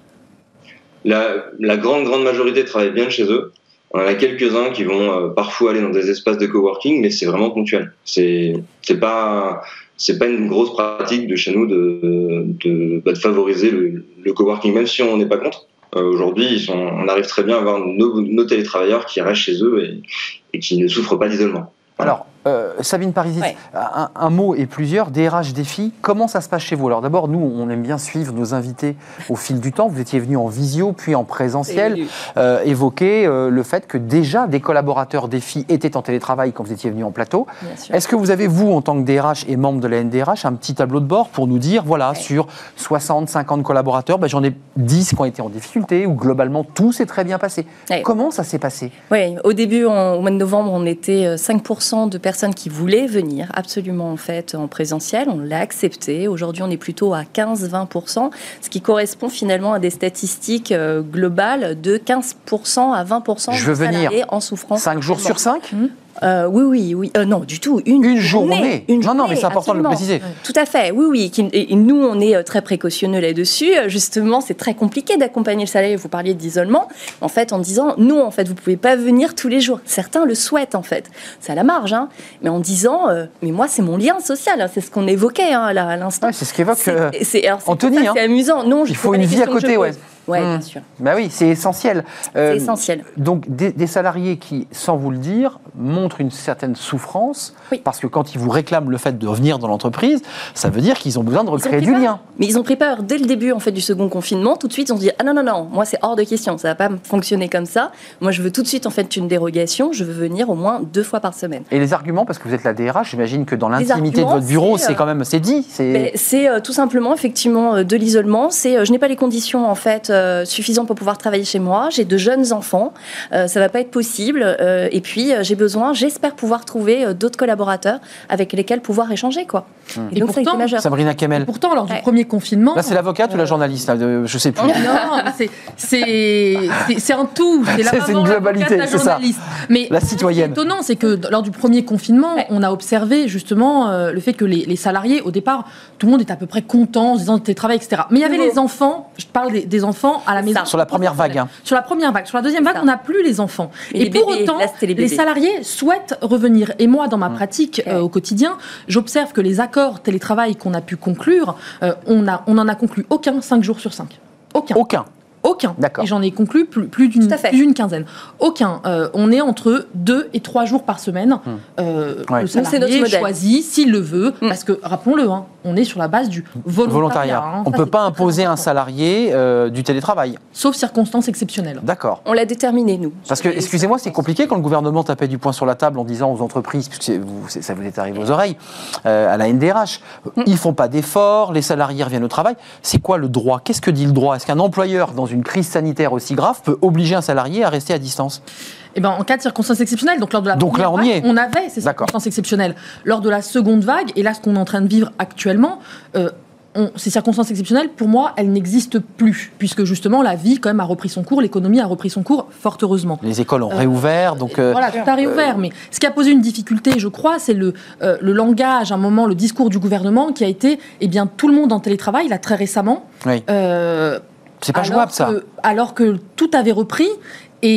La, la grande, grande majorité travaille bien de chez eux. On en a quelques-uns qui vont euh, parfois aller dans des espaces de coworking, mais c'est vraiment ponctuel. C'est, c'est pas... c'est pas une grosse pratique de chez nous de, de, de favoriser le, le coworking, même si on n'est pas contre. Euh, aujourd'hui, ils sont, on arrive très bien à avoir nos, nos télétravailleurs qui restent chez eux et, et qui ne souffrent pas d'isolement. Voilà. Alors, euh, Sabine Parisis, ouais. un, un mot et plusieurs, D R H Défi, comment ça se passe chez vous ? Alors d'abord, nous, on aime bien suivre nos invités au fil du temps. Vous étiez venu en visio, puis en présentiel, euh, évoquer euh, le fait que déjà des collaborateurs Défi étaient en télétravail quand vous étiez venu en plateau. Est-ce que vous avez, vous, en tant que D R H et membre de la N D R H, un petit tableau de bord pour nous dire, voilà, ouais. sur soixante, cinquante collaborateurs, ben, j'en ai dix qui ont été en difficulté, ou globalement, tout s'est très bien passé. Ouais. Comment ça s'est passé ? Oui, au début, on, au mois de novembre, on était cinq pour cent de personnes qui voulaient venir absolument en fait en présentiel, on l'a accepté. Aujourd'hui, on est plutôt à quinze à vingt pour cent, ce qui correspond finalement à des statistiques euh, globales de quinze pour cent à vingt pour cent de salariés en souffrance. cinq jours sur cinq mmh. Euh, oui, oui, oui. Euh, non, du tout. Une, une journée. journée. Une non, journée, non, mais c'est important absolument. de le préciser. Tout à fait. Oui, oui. Et nous, on est très précautionneux là-dessus. Justement, c'est très compliqué d'accompagner le salarié. Vous parliez d'isolement. En fait, en disant, non, en fait, vous pouvez pas venir tous les jours. Certains le souhaitent, en fait. C'est à la marge, hein. Mais en disant, euh, mais moi, c'est mon lien social. Hein. C'est ce qu'on évoquait hein, là, à l'instant. Ouais, c'est ce qu'évoque euh, c'est, c'est, alors, c'est Anthony. Ça, hein. C'est amusant. Non, il faut une vie à côté, ouais. Oui, mmh. bien sûr. Bah oui, c'est essentiel. Euh, c'est essentiel. Donc, des, des salariés qui, sans vous le dire, montrent une certaine souffrance, oui. parce que quand ils vous réclament le fait de revenir dans l'entreprise, ça veut dire qu'ils ont besoin de recréer du peur. lien. Mais ils ont pris peur dès le début en fait, du second confinement. Tout de suite, on se dit « Ah non, non, non, moi c'est hors de question, ça ne va pas fonctionner comme ça. Moi, je veux tout de suite en fait une dérogation, je veux venir au moins deux fois par semaine. » Et les arguments, parce que vous êtes la D R H, j'imagine que dans l'intimité de votre bureau, c'est, c'est quand même, c'est dit. C'est, ben, c'est euh, tout simplement, effectivement, euh, de l'isolement. C'est, euh, je n'ai pas les conditions en fait euh, suffisantes pour pouvoir travailler chez moi, j'ai de jeunes enfants, euh, ça va pas être possible, euh, et puis euh, j'ai besoin, j'espère pouvoir trouver euh, d'autres collaborateurs avec lesquels pouvoir échanger, quoi. Mmh. Et, et pourtant, ça a été majeur. Sabrina Kemel. Et pourtant, lors du ouais. premier confinement... Là, c'est l'avocate euh... ou la journaliste, là, de, je sais plus. Non, c'est, c'est, c'est, c'est un tout, c'est, c'est, c'est une globalité, la c'est ça. Mais la citoyenne. Ce qui est étonnant, c'est que lors du premier confinement, ouais. on a observé justement euh, le fait que les, les salariés, au départ, tout le monde était à peu près content, en se disant télétravail, et cetera. Mais il y avait les enfants, je parle des, des enfants à la maison. Sur la première vague. Hein. Sur la première vague. Sur la deuxième vague, on n'a plus les enfants. Et, et pour bébés, autant, là, les, les salariés souhaitent revenir. Et moi, dans ma mmh. pratique okay. euh, au quotidien, j'observe que les accords télétravail qu'on a pu conclure, euh, on a, on n'en a conclu aucun cinq jours sur cinq. Aucun. Aucun. Aucun. D'accord. Et j'en ai conclu plus, plus, d'une, plus d'une quinzaine. Aucun. Euh, on est entre deux et trois jours par semaine. Mmh. Euh, ouais. Le salarié choisit, s'il le veut, mmh. parce que, rappelons-le, hein, on est sur la base du volontariat. volontariat. Hein. On ne peut pas imposer à un salarié euh, du télétravail. Sauf circonstances exceptionnelles. D'accord. On l'a déterminé, nous. Parce que, excusez-moi, c'est compliqué quand le gouvernement tapait du poing sur la table en disant aux entreprises, puisque vous, ça vous est arrivé aux oreilles, euh, à la N D R H, mmh. ils ne font pas d'efforts, les salariés reviennent au travail. C'est quoi le droit ? Qu'est-ce que dit le droit ? Est-ce qu'un employeur, dans une crise sanitaire aussi grave, peut obliger un salarié à rester à distance ? Eh ben, en cas de circonstances exceptionnelles, donc lors de la donc première là, on vague, y est. on avait ces D'accord. circonstances exceptionnelles. Lors de la seconde vague, et là, ce qu'on est en train de vivre actuellement, euh, on, ces circonstances exceptionnelles, pour moi, elles n'existent plus, puisque justement, la vie, quand même, a repris son cours, l'économie a repris son cours, fort heureusement. Les écoles ont euh, réouvert, donc... Euh, voilà, tout a réouvert, euh, mais ce qui a posé une difficulté, je crois, c'est le, euh, le langage, à un moment, le discours du gouvernement, qui a été, eh bien, tout le monde en télétravail, là, très récemment. Oui. Euh, c'est pas jouable, ça. Que, alors que tout avait repris, et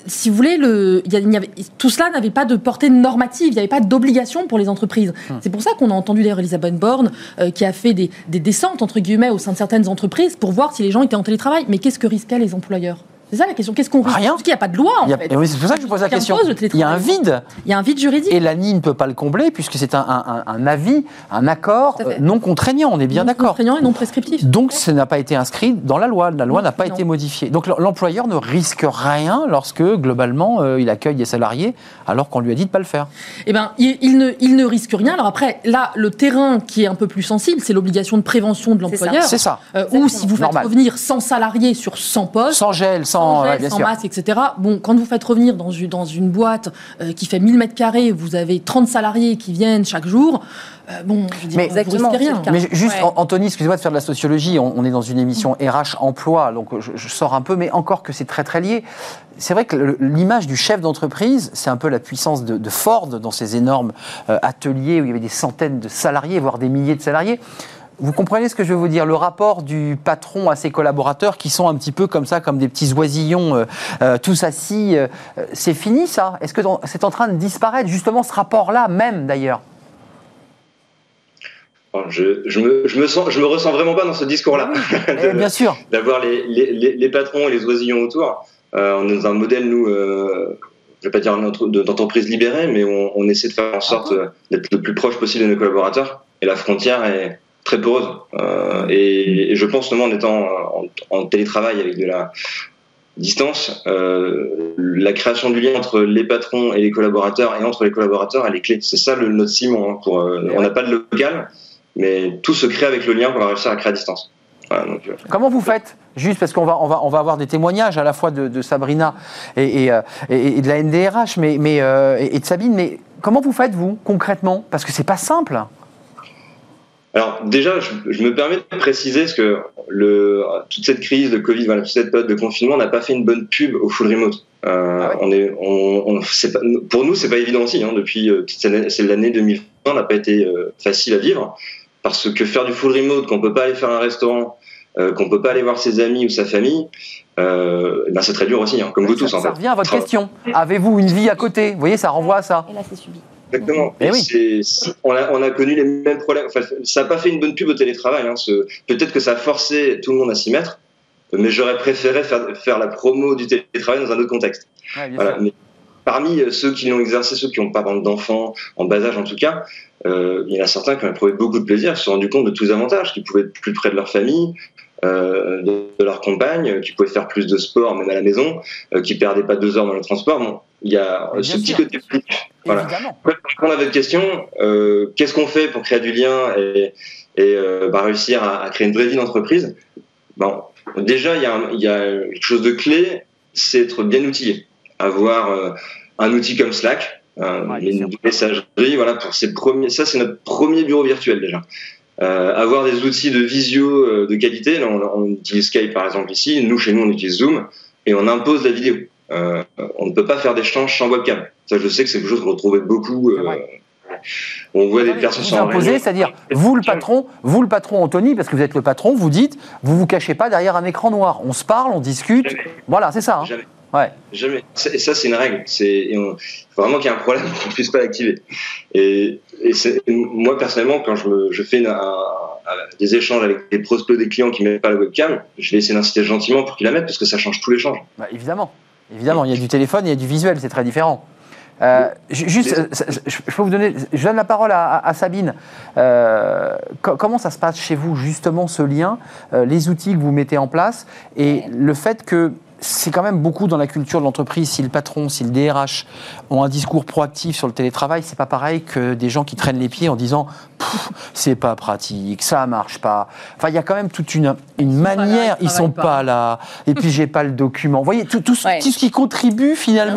si vous voulez, le, il y a, il y avait, tout cela n'avait pas de portée normative, il n'y avait pas d'obligation pour les entreprises. Hum. C'est pour ça qu'on a entendu d'ailleurs Elisabeth Borne euh, qui a fait des, des descentes, entre guillemets, au sein de certaines entreprises pour voir si les gens étaient en télétravail. Mais qu'est-ce que risquaient les employeurs ? C'est ça la question. Qu'est-ce qu'on risque ? Rien. Parce qu'il n'y a pas de loi, en a, fait. Oui, c'est pour ça que je vous pose la question. Il y a un vide. Il y a un vide juridique. Et l'A N I ne peut pas le combler puisque c'est un, un, un avis, un accord non contraignant. On est bien non d'accord. Non contraignant et non prescriptif. Donc, ça n'a pas été inscrit dans la loi. La loi n'a pas non. été modifiée. Donc, l'employeur ne risque rien lorsque, globalement, euh, il accueille des salariés alors qu'on lui a dit de ne pas le faire. Eh bien, il, il, ne, il ne risque rien. Alors après, là, le terrain qui est un peu plus sensible, c'est l'obligation de prévention de l'employeur. C'est ça. Euh, ou si vous faites Normal. revenir cent salariés sur cent postes. Sans gel, sans, sans, gel, ouais, bien sans sûr. masque, et cetera. Bon, quand vous faites revenir dans une, dans une boîte euh, qui fait mille mètres carrés, vous avez trente salariés qui viennent chaque jour, euh, bon, je dis, mais, vous risquez rien. Mais juste, ouais. Anthony, excusez-moi de faire de la sociologie, on, on est dans une émission R H emploi, donc je, je sors un peu, mais encore que c'est très très lié. C'est vrai que le, l'image du chef d'entreprise, c'est un peu la puissance de, de Ford dans ces énormes euh, ateliers où il y avait des centaines de salariés, voire des milliers de salariés. Vous comprenez ce que je veux vous dire ? Le rapport du patron à ses collaborateurs qui sont un petit peu comme ça, comme des petits oisillons, euh, euh, tous assis, euh, c'est fini ça ? Est-ce que dans, c'est en train de disparaître, justement, ce rapport-là même, d'ailleurs ? Je, je, me, je, me sens, je me ressens vraiment pas dans ce discours-là. de, eh bien sûr. D'avoir les, les, les patrons et les oisillons autour. Euh, on est dans un modèle, nous, euh, je vais pas dire d'entreprise libérée, mais on, on essaie de faire en sorte euh, d'être le plus proche possible de nos collaborateurs. Et la frontière est très poreuse. Euh, et, et je pense, notamment en étant en, en télétravail avec de la distance, euh, la création du lien entre les patrons et les collaborateurs et entre les collaborateurs, elle est clé. C'est ça le, notre ciment. Hein, pour, euh, on n'a pas de local, mais tout se crée avec le lien qu'on va réussir à créer à distance. Voilà, donc, euh, Comment vous faites ? Juste parce qu'on va, on va, on va avoir des témoignages à la fois de, de Sabrina et, et, et, et de la N D R H mais, mais, euh, et de Sabine, mais comment vous faites, vous, concrètement ? Parce que c'est pas simple. Alors déjà, je, je me permets de préciser parce que le, toute cette crise de Covid, voilà, toute cette période de confinement n'a pas fait une bonne pub au full remote. Euh, ah ouais. On est, on, on, c'est pas, pour nous, c'est pas évident aussi. Hein, depuis euh, c'est l'année deux mille vingt, n'a pas été euh, facile à vivre parce que faire du full remote, qu'on peut pas aller faire un restaurant, euh, qu'on peut pas aller voir ses amis ou sa famille, euh, ben c'est très dur aussi, hein, comme oui, vous ça, tous. Ça en fait. revient à votre Tra- question. Avez-vous une vie à côté ? Vous voyez, ça renvoie à ça. Et là, c'est subi. Exactement. Et oui. c'est, c'est, on, a, on a connu les mêmes problèmes. Enfin, ça n'a pas fait une bonne pub au télétravail. Hein. Ce, peut-être que ça a forcé tout le monde à s'y mettre, mais j'aurais préféré faire, faire la promo du télétravail dans un autre contexte. Ouais, voilà. Mais parmi ceux qui l'ont exercé, ceux qui n'ont pas d'enfants, en bas âge en tout cas, euh, il y en a certains qui ont éprouvé beaucoup de plaisir, se sont rendus compte de tous les avantages, qu'ils pouvaient être plus près de leur famille, euh, de, de leur compagne, qu'ils pouvaient faire plus de sport même à la maison, euh, qu'ils ne perdaient pas deux heures dans le transport. Bon, il y a mais ce petit côté positif. Voilà. Pour répondre à votre question, euh, qu'est-ce qu'on fait pour créer du lien et, et euh, bah, réussir à, à créer une vraie vie d'entreprise ? Bon, déjà, il y, a un, il y a quelque chose de clé, c'est être bien outillé. Avoir euh, un outil comme Slack, euh, ouais, une messagerie, voilà, pour ces premiers, ça c'est notre premier bureau virtuel déjà. Euh, avoir des outils de visio euh, de qualité, là, on, on utilise Skype par exemple ici, nous chez nous on utilise Zoom et on impose la vidéo. Euh, on ne peut pas faire d'échange sans webcam. Ça, je sais que c'est quelque chose qu'on retrouvait beaucoup. Euh, on voit des personnes sans imposer, c'est-à-dire vous le patron, vous le patron Anthony, parce que vous êtes le patron, vous dites, vous vous cachez pas derrière un écran noir. On se parle, on discute. Jamais. Voilà, c'est ça. Hein. Jamais. Ouais. Jamais. Et ça, c'est une règle. C'est il faut vraiment qu'il y ait un problème qu'on ne puisse pas l'activer. Et, et c'est, moi personnellement, quand je, me, je fais une, un, un, des échanges avec des prospects, des clients qui ne mettent pas la webcam, je vais essayer d'inciter gentiment pour qu'ils la mettent, parce que ça change tout l'échange. Bah, évidemment. Évidemment, il y a du téléphone, il y a du visuel, c'est très différent. Euh, juste, je peux vous donner, je donne la parole à, à Sabine. Euh, co- comment ça se passe chez vous, justement, ce lien, euh, les outils que vous mettez en place et le fait que c'est quand même beaucoup dans la culture de l'entreprise. Si le patron, si le D R H ont un discours proactif sur le télétravail, c'est pas pareil que des gens qui traînent les pieds en disant « c'est pas pratique, ça marche pas ». Enfin, il y a quand même toute une, une manière, ils sont pas là, et puis j'ai pas le document. Vous voyez, tout, tout, ouais. tout ce qui contribue finalement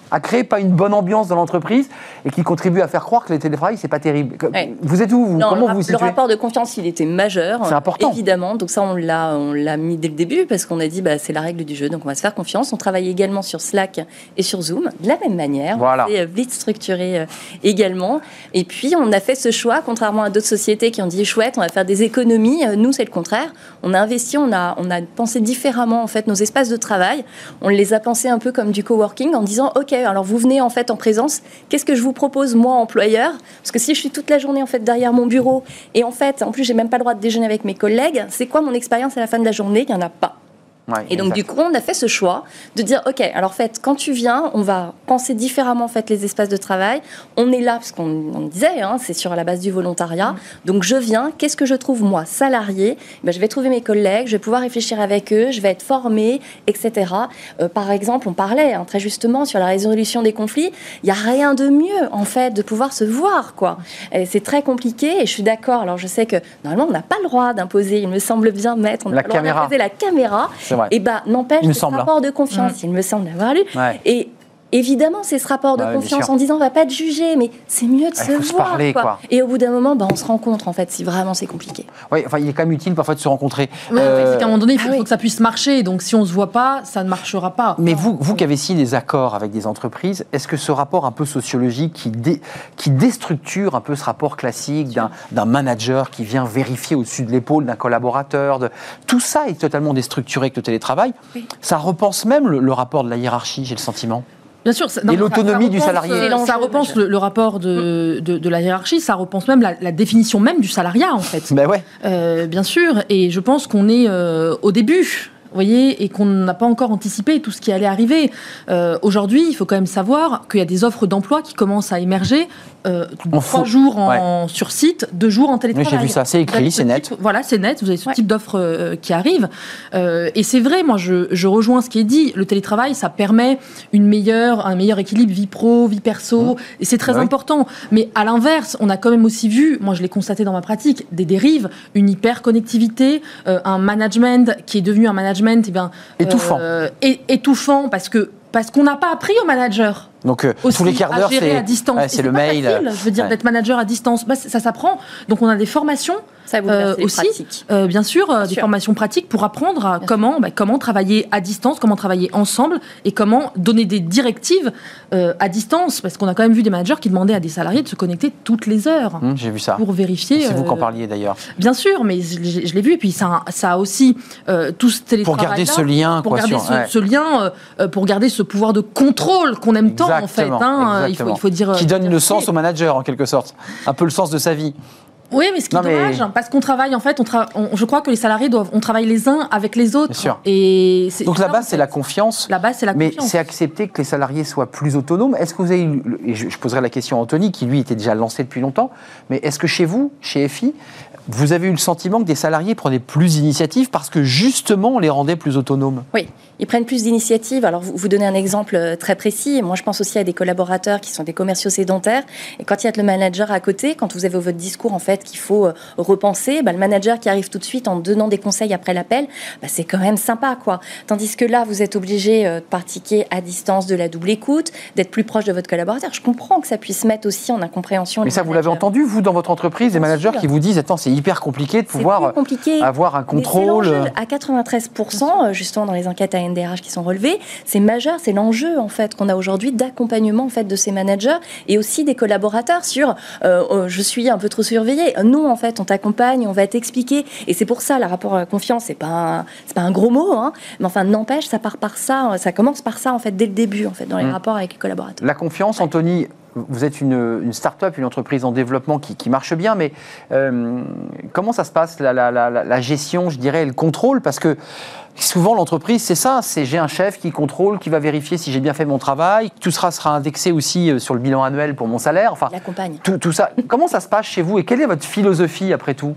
à créer pas une bonne ambiance dans l'entreprise et qui contribue à faire croire que le télétravail, c'est pas terrible. Ouais. Vous êtes où vous non, Comment le, vous vous Le rapport de confiance, il était majeur. C'est important. Évidemment. Donc ça, on l'a, on l'a mis dès le début parce qu'on a dit, bah, c'est la règle du jeu. Donc on va se faire confiance. On travaille également sur Slack et sur Zoom de la même manière. Voilà. On s'est vite structuré euh, également. Et puis on a fait ce choix, contrairement à d'autres sociétés qui ont dit chouette, on va faire des économies. Nous, c'est le contraire. On a investi, on a, on a pensé différemment en fait nos espaces de travail. On les a pensés un peu comme du coworking en disant, ok, alors vous venez en fait en présence, qu'est-ce que je vous propose moi employeur, parce que si je suis toute la journée en fait derrière mon bureau et en fait en plus j'ai même pas le droit de déjeuner avec mes collègues, c'est quoi mon expérience à la fin de la journée? Il n'y en a pas. Ouais, et donc, exact. Du coup, on a fait ce choix de dire, OK, alors, en fait, quand tu viens, on va penser différemment, en fait, les espaces de travail. On est là, parce qu'on on disait, hein, c'est sur la base du volontariat. Mmh. Donc, je viens, qu'est-ce que je trouve, moi, salarié? Ben, je vais trouver mes collègues, je vais pouvoir réfléchir avec eux, je vais être formée, et cetera. Euh, par exemple, on parlait, hein, très justement, sur la résolution des conflits. Il n'y a rien de mieux, en fait, de pouvoir se voir, quoi. Et c'est très compliqué, et je suis d'accord. Alors, je sais que, normalement, on n'a pas le droit d'imposer, il me semble bien, mettre, on n'a pas le droit d'imposer la caméra. Et bien, bah, n'empêche, ce semble, rapport de confiance, mmh. il me semble l'avoir lu. Ouais. Et évidemment, c'est ce rapport de ouais, confiance en disant, on ne va pas te juger, mais c'est mieux de ouais, se voir. Parler, quoi. Quoi. Et au bout d'un moment, bah, on se rencontre, en fait, si vraiment c'est compliqué. Oui, enfin, il est quand même utile parfois de se rencontrer. Oui, euh... c'est qu'à un moment donné, il faut, ah, oui. faut que ça puisse marcher. Donc, si on ne se voit pas, ça ne marchera pas. Mais vous, vous qui avez signé des accords avec des entreprises, est-ce que ce rapport un peu sociologique qui, dé, qui déstructure un peu ce rapport classique d'un, d'un manager qui vient vérifier au-dessus de l'épaule d'un collaborateur, de... tout ça est totalement déstructuré avec le télétravail. Oui. Ça repense même le, le rapport de la hiérarchie, j'ai le sentiment. Bien sûr, ça, et non, l'autonomie ça, ça du salarié. Ça repense le, le rapport de, de, de la hiérarchie, ça repense même la, la définition même du salariat, en fait. Ben ouais. Euh, bien sûr, et je pense qu'on est euh, au début. Vous voyez, et qu'on n'a pas encore anticipé tout ce qui allait arriver. Euh, aujourd'hui, il faut quand même savoir qu'il y a des offres d'emploi qui commencent à émerger. Euh, trois jours en, ouais. sur site, deux jours en télétravail. Oui, j'ai vu ça, c'est écrit, c'est net. Type, voilà, c'est net, vous avez ce ouais. type d'offres euh, qui arrivent. Euh, et c'est vrai, moi, je, je rejoins ce qui est dit. Le télétravail, ça permet une meilleure, un meilleur équilibre vie pro, vie perso, mmh. et c'est très bah important. Oui. Mais à l'inverse, on a quand même aussi vu, moi je l'ai constaté dans ma pratique, des dérives, une hyper-connectivité, euh, un management qui est devenu un management eh bien, étouffant. Euh, é- étouffant parce que parce qu'on n'a pas appris aux managers. Donc euh, tous les quarts d'heure, c'est, à distance. Ouais, c'est le mail. Facile, je veux dire, ouais. d'être manager à distance, bah, ça s'apprend. Donc on a des formations ça vous euh, aussi, euh, bien sûr, bien des sûr. formations pratiques pour apprendre à comment, bah, comment travailler à distance, comment travailler ensemble et comment donner des directives euh, à distance. Parce qu'on a quand même vu des managers qui demandaient à des salariés de se connecter toutes les heures. Mmh, j'ai vu ça. Pour vérifier. C'est vous euh, qu'en parliez d'ailleurs. Bien sûr, mais je, je, je l'ai vu. Et puis ça, ça a aussi euh, tout ce télétravail. Pour garder ce lien, pour quoi, garder sur, ce, ouais. ce lien, euh, pour garder ce pouvoir de contrôle qu'on aime Exactement, tant en fait. Hein, il faut, il faut dire. Qui donne dire le sens au manager en quelque sorte, un peu le sens de sa vie. Oui, mais ce qui non, est dommage, mais... parce qu'on travaille, en fait, on tra... on, je crois que les salariés doivent, on travaille les uns avec les autres. Bien sûr. Et c'est donc la base, c'est la confiance. La base, c'est la mais confiance. Mais c'est accepter que les salariés soient plus autonomes. Est-ce que vous avez eu, et je, je poserai la question à Anthony, qui lui était déjà lancé depuis longtemps, mais est-ce que chez vous, chez F I, vous avez eu le sentiment que des salariés prenaient plus d'initiatives parce que justement, on les rendait plus autonomes? Oui. Ils prennent plus d'initiatives. Alors, vous, vous donnez un exemple très précis. Moi, je pense aussi à des collaborateurs qui sont des commerciaux sédentaires. Et quand il y a le manager à côté, quand vous avez votre discours, en fait, qu'il faut repenser, bah, le manager qui arrive tout de suite en donnant des conseils après l'appel, bah, c'est quand même sympa, quoi. Tandis que là, vous êtes obligé de pratiquer à distance de la double écoute, d'être plus proche de votre collaborateur. Je comprends que ça puisse mettre aussi en incompréhension. Mais ça, managers. Vous l'avez entendu, vous, dans votre entreprise, des managers qui vous disent, attends, c'est hyper compliqué de pouvoir compliqué. avoir un contrôle. À quatre-vingt-treize pour cent, justement, dans les enquêtes à N D R H qui sont relevées, c'est majeur, c'est l'enjeu en fait qu'on a aujourd'hui d'accompagnement en fait de ces managers et aussi des collaborateurs sur euh, euh, je suis un peu trop surveillé. Non, en fait, on t'accompagne, on va t'expliquer. Et c'est pour ça, le rapport à la confiance, c'est pas un, c'est pas un gros mot, hein, mais enfin, n'empêche, ça part par ça, ça commence par ça en fait dès le début en fait dans les mmh. rapports avec les collaborateurs. La confiance, ouais. Anthony. Vous êtes une, une start-up, une entreprise en développement qui, qui marche bien, mais euh, comment ça se passe, la, la, la, la gestion, je dirais, et le contrôle? Parce que souvent, l'entreprise, c'est ça, c'est j'ai un chef qui contrôle, qui va vérifier si j'ai bien fait mon travail, tout sera, sera indexé aussi sur le bilan annuel pour mon salaire, enfin, tout, tout ça. Comment ça se passe chez vous et quelle est votre philosophie après tout?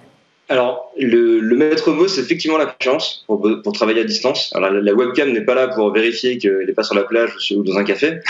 Alors, le, le maître mot, c'est effectivement la confiance pour, pour travailler à distance. Alors, la, la webcam n'est pas là pour vérifier qu'il n'est pas sur la plage ou dans un café.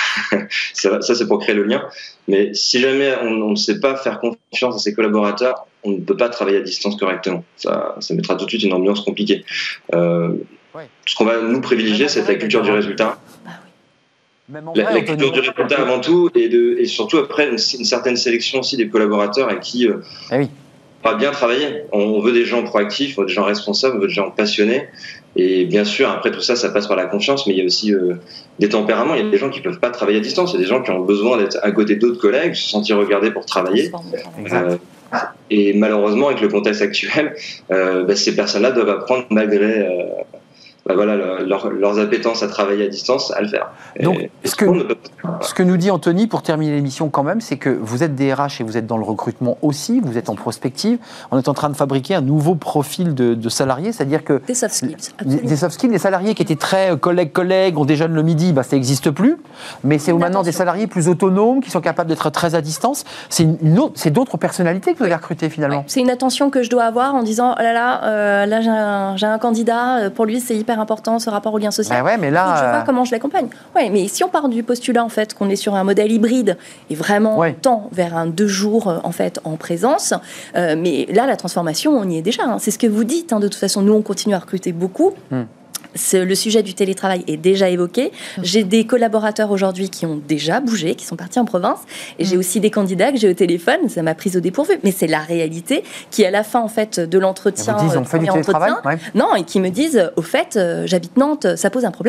ça, ça, c'est pour créer le lien. Mais si jamais on, on ne sait pas faire confiance à ses collaborateurs, on ne peut pas travailler à distance correctement. Ça, ça mettra tout de suite une ambiance compliquée. Euh, ouais. Ce qu'on va nous privilégier, c'est la culture du résultat. la, la culture du résultat avant tout, et, de, et surtout après une, une certaine sélection aussi des collaborateurs avec qui euh, eh oui. on va bien travailler. On, on veut des gens proactifs, on veut des gens responsables, on veut des gens passionnés. Et bien sûr, après tout ça, ça passe par la confiance, mais il y a aussi euh, des tempéraments. Il y a des gens qui ne peuvent pas travailler à distance. Il y a des gens qui ont besoin d'être à côté d'autres collègues, se sentir regardés pour travailler. Euh, et malheureusement, avec le contexte actuel, euh, bah, ces personnes-là doivent apprendre, malgré euh, bah, voilà, leur, leurs appétences à travailler à distance, à le faire. Donc, et, ce, que, ce que nous dit Anthony, pour terminer l'émission quand même, c'est que vous êtes des R H et vous êtes dans le recrutement aussi, vous êtes en prospective. On est en train de fabriquer un nouveau profil de, de salariés, c'est-à-dire que... Des soft skills, absolument. Des soft skills, des salariés qui étaient très collègues-collègues, on déjeune le midi, bah, ça n'existe plus. Mais c'est maintenant des salariés plus autonomes, qui sont capables d'être très à distance. C'est, une autre, c'est d'autres personnalités que vous avez recrutées finalement. Ouais, c'est une attention que je dois avoir en disant, oh là là, euh, là j'ai un, j'ai un candidat, pour lui c'est hyper important ce rapport au lien social. Bah ouais, mais là, donc, je vois euh... comment je l'accompagne. Ouais, mais si on part du postulat en fait qu'on est sur un modèle hybride et vraiment ouais. tend vers un deux jours en fait en présence, euh, mais là la transformation on y est déjà. Hein. C'est ce que vous dites. Hein, de toute façon, nous on continue à recruter beaucoup. Hmm. C'est, le sujet du télétravail est déjà évoqué. J'ai des collaborateurs aujourd'hui qui ont déjà bougé, qui sont partis en province. Et j'ai aussi des candidats que j'ai au téléphone. Ça m'a prise au dépourvu. Mais c'est la réalité qui, à la fin en fait, de l'entretien, disent, on fait du télétravail, ouais. non, et qui me disent, au fait, euh, j'habite Nantes, ça pose un problème ?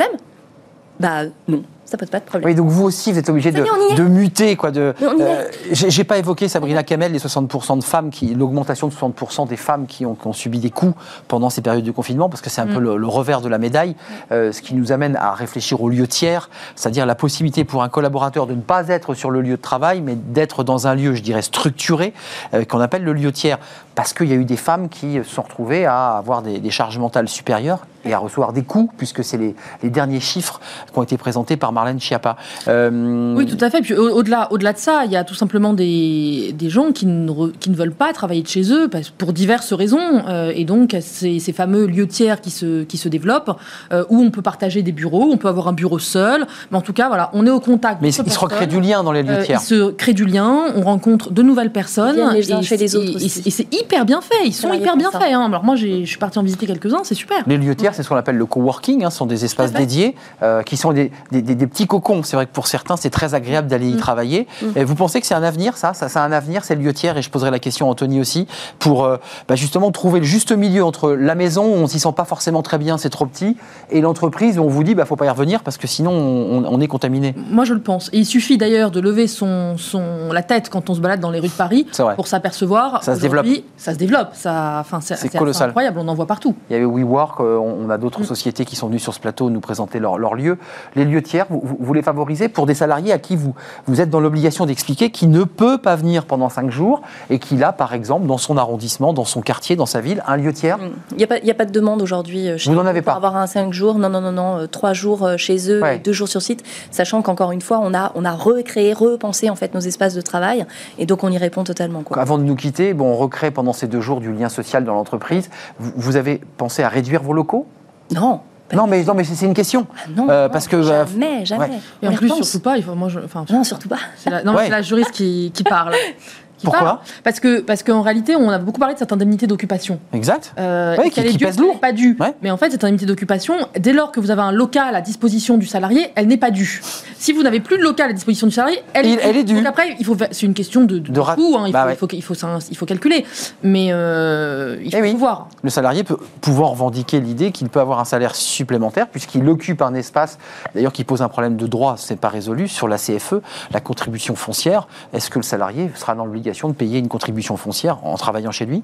Bah non. Ça pose pas de problème. Oui, donc vous aussi, vous êtes obligé de, de muter. Quoi, de, euh, j'ai, j'ai pas évoqué, Sabrina Kamel, les soixante pour cent de femmes, qui, l'augmentation de soixante pour cent des femmes qui ont, qui ont subi des coups pendant ces périodes de confinement, parce que c'est un mmh. peu le, le revers de la médaille, euh, ce qui nous amène à réfléchir au lieu tiers, c'est-à-dire la possibilité pour un collaborateur de ne pas être sur le lieu de travail, mais d'être dans un lieu, je dirais, structuré, euh, qu'on appelle le lieu tiers, parce qu'il y a eu des femmes qui se sont retrouvées à avoir des, des charges mentales supérieures et à recevoir des coups, puisque c'est les, les derniers chiffres qui ont été présentés par Marlène Schiappa. Euh... Oui, tout à fait. Puis au- au-delà, au-delà de ça, il y a tout simplement des, des gens qui ne, re, qui ne veulent pas travailler de chez eux pour diverses raisons. Euh, et donc, ces, ces fameux lieux tiers qui se, qui se développent, euh, où on peut partager des bureaux, on peut avoir un bureau seul. Mais en tout cas, voilà, on est au contact. Mais il se recrée du lien dans les lieux tiers. Euh, il se crée du lien, on rencontre de nouvelles personnes. Les uns chez les autres et, aussi. Et, et c'est hyper bien fait. Ils sont hyper bien faits. Hein. Alors moi, j'ai, je suis partie en visiter quelques-uns, c'est super. Les lieux tiers, c'est ce qu'on appelle le coworking. Hein, ce sont des espaces dédiés euh, qui sont des, des, des, des petits cocons. C'est vrai que pour certains, c'est très agréable d'aller y mmh. travailler. Mmh. Et vous pensez que c'est un avenir, ça, ça c'est un avenir, c'est le lieu tiers, et je poserai la question à Anthony aussi, pour euh, bah justement trouver le juste milieu entre la maison où on ne s'y sent pas forcément très bien, c'est trop petit, et l'entreprise où on vous dit, bah faut pas y revenir parce que sinon on, on est contaminé. Moi je le pense. Et il suffit d'ailleurs de lever son, son, la tête quand on se balade dans les rues de Paris pour s'apercevoir. Ça se développe. Ça se développe. Ça, enfin, c'est, c'est, c'est colossal. Incroyable, on en voit partout. Il y avait WeWork, on a d'autres mmh. sociétés qui sont venues sur ce plateau nous présenter leurs leur lieux. Les lieux tiers, vous, vous les favorisez pour des salariés à qui vous, vous êtes dans l'obligation d'expliquer qu'il ne peut pas venir pendant cinq jours et qu'il a, par exemple, dans son arrondissement, dans son quartier, dans sa ville, un lieu tiers. Il n'y a, a pas de demande aujourd'hui chez vous n'en avez pas. Pour avoir un cinq jours, non, non, non, non, trois jours chez eux, ouais. deux jours sur site, sachant qu'encore une fois, on a, on a recréé, repensé en fait nos espaces de travail et donc on y répond totalement. Quoi. Avant de nous quitter, bon, on recrée pendant ces deux jours du lien social dans l'entreprise. Vous, vous avez pensé à réduire vos locaux ? Non. Non mais, non, mais c'est une question. Ah non, euh, non, parce que, jamais, jamais. Ouais. Et en plus, surtout pas, il faut, moi, je, enfin, non, surtout pas. C'est la, non, ouais. c'est la juriste qui, qui parle. Qui Pourquoi parle. Parce que parce qu'en réalité, on a beaucoup parlé de cette indemnité d'occupation. Exact. Euh, ouais, qui, qui due, pèse lourd. Pas due. Ouais. Mais en fait, cette indemnité d'occupation, dès lors que vous avez un local à disposition du salarié, elle n'est pas due. Si vous n'avez plus de local à disposition du salarié, elle, il, elle est due. Donc après, il faut, c'est une question de, de, de rat... coût. Hein, il, bah faut, ouais. il, faut, il, faut, il, faut, il faut calculer. Mais euh, il faut oui. voir. Le salarié peut pouvoir revendiquer l'idée qu'il peut avoir un salaire supplémentaire puisqu'il occupe un espace, d'ailleurs, qui pose un problème de droit, c'est pas résolu, sur la C F E, la contribution foncière. Est-ce que le salarié sera dans l'obligation de payer une contribution foncière en travaillant chez lui ?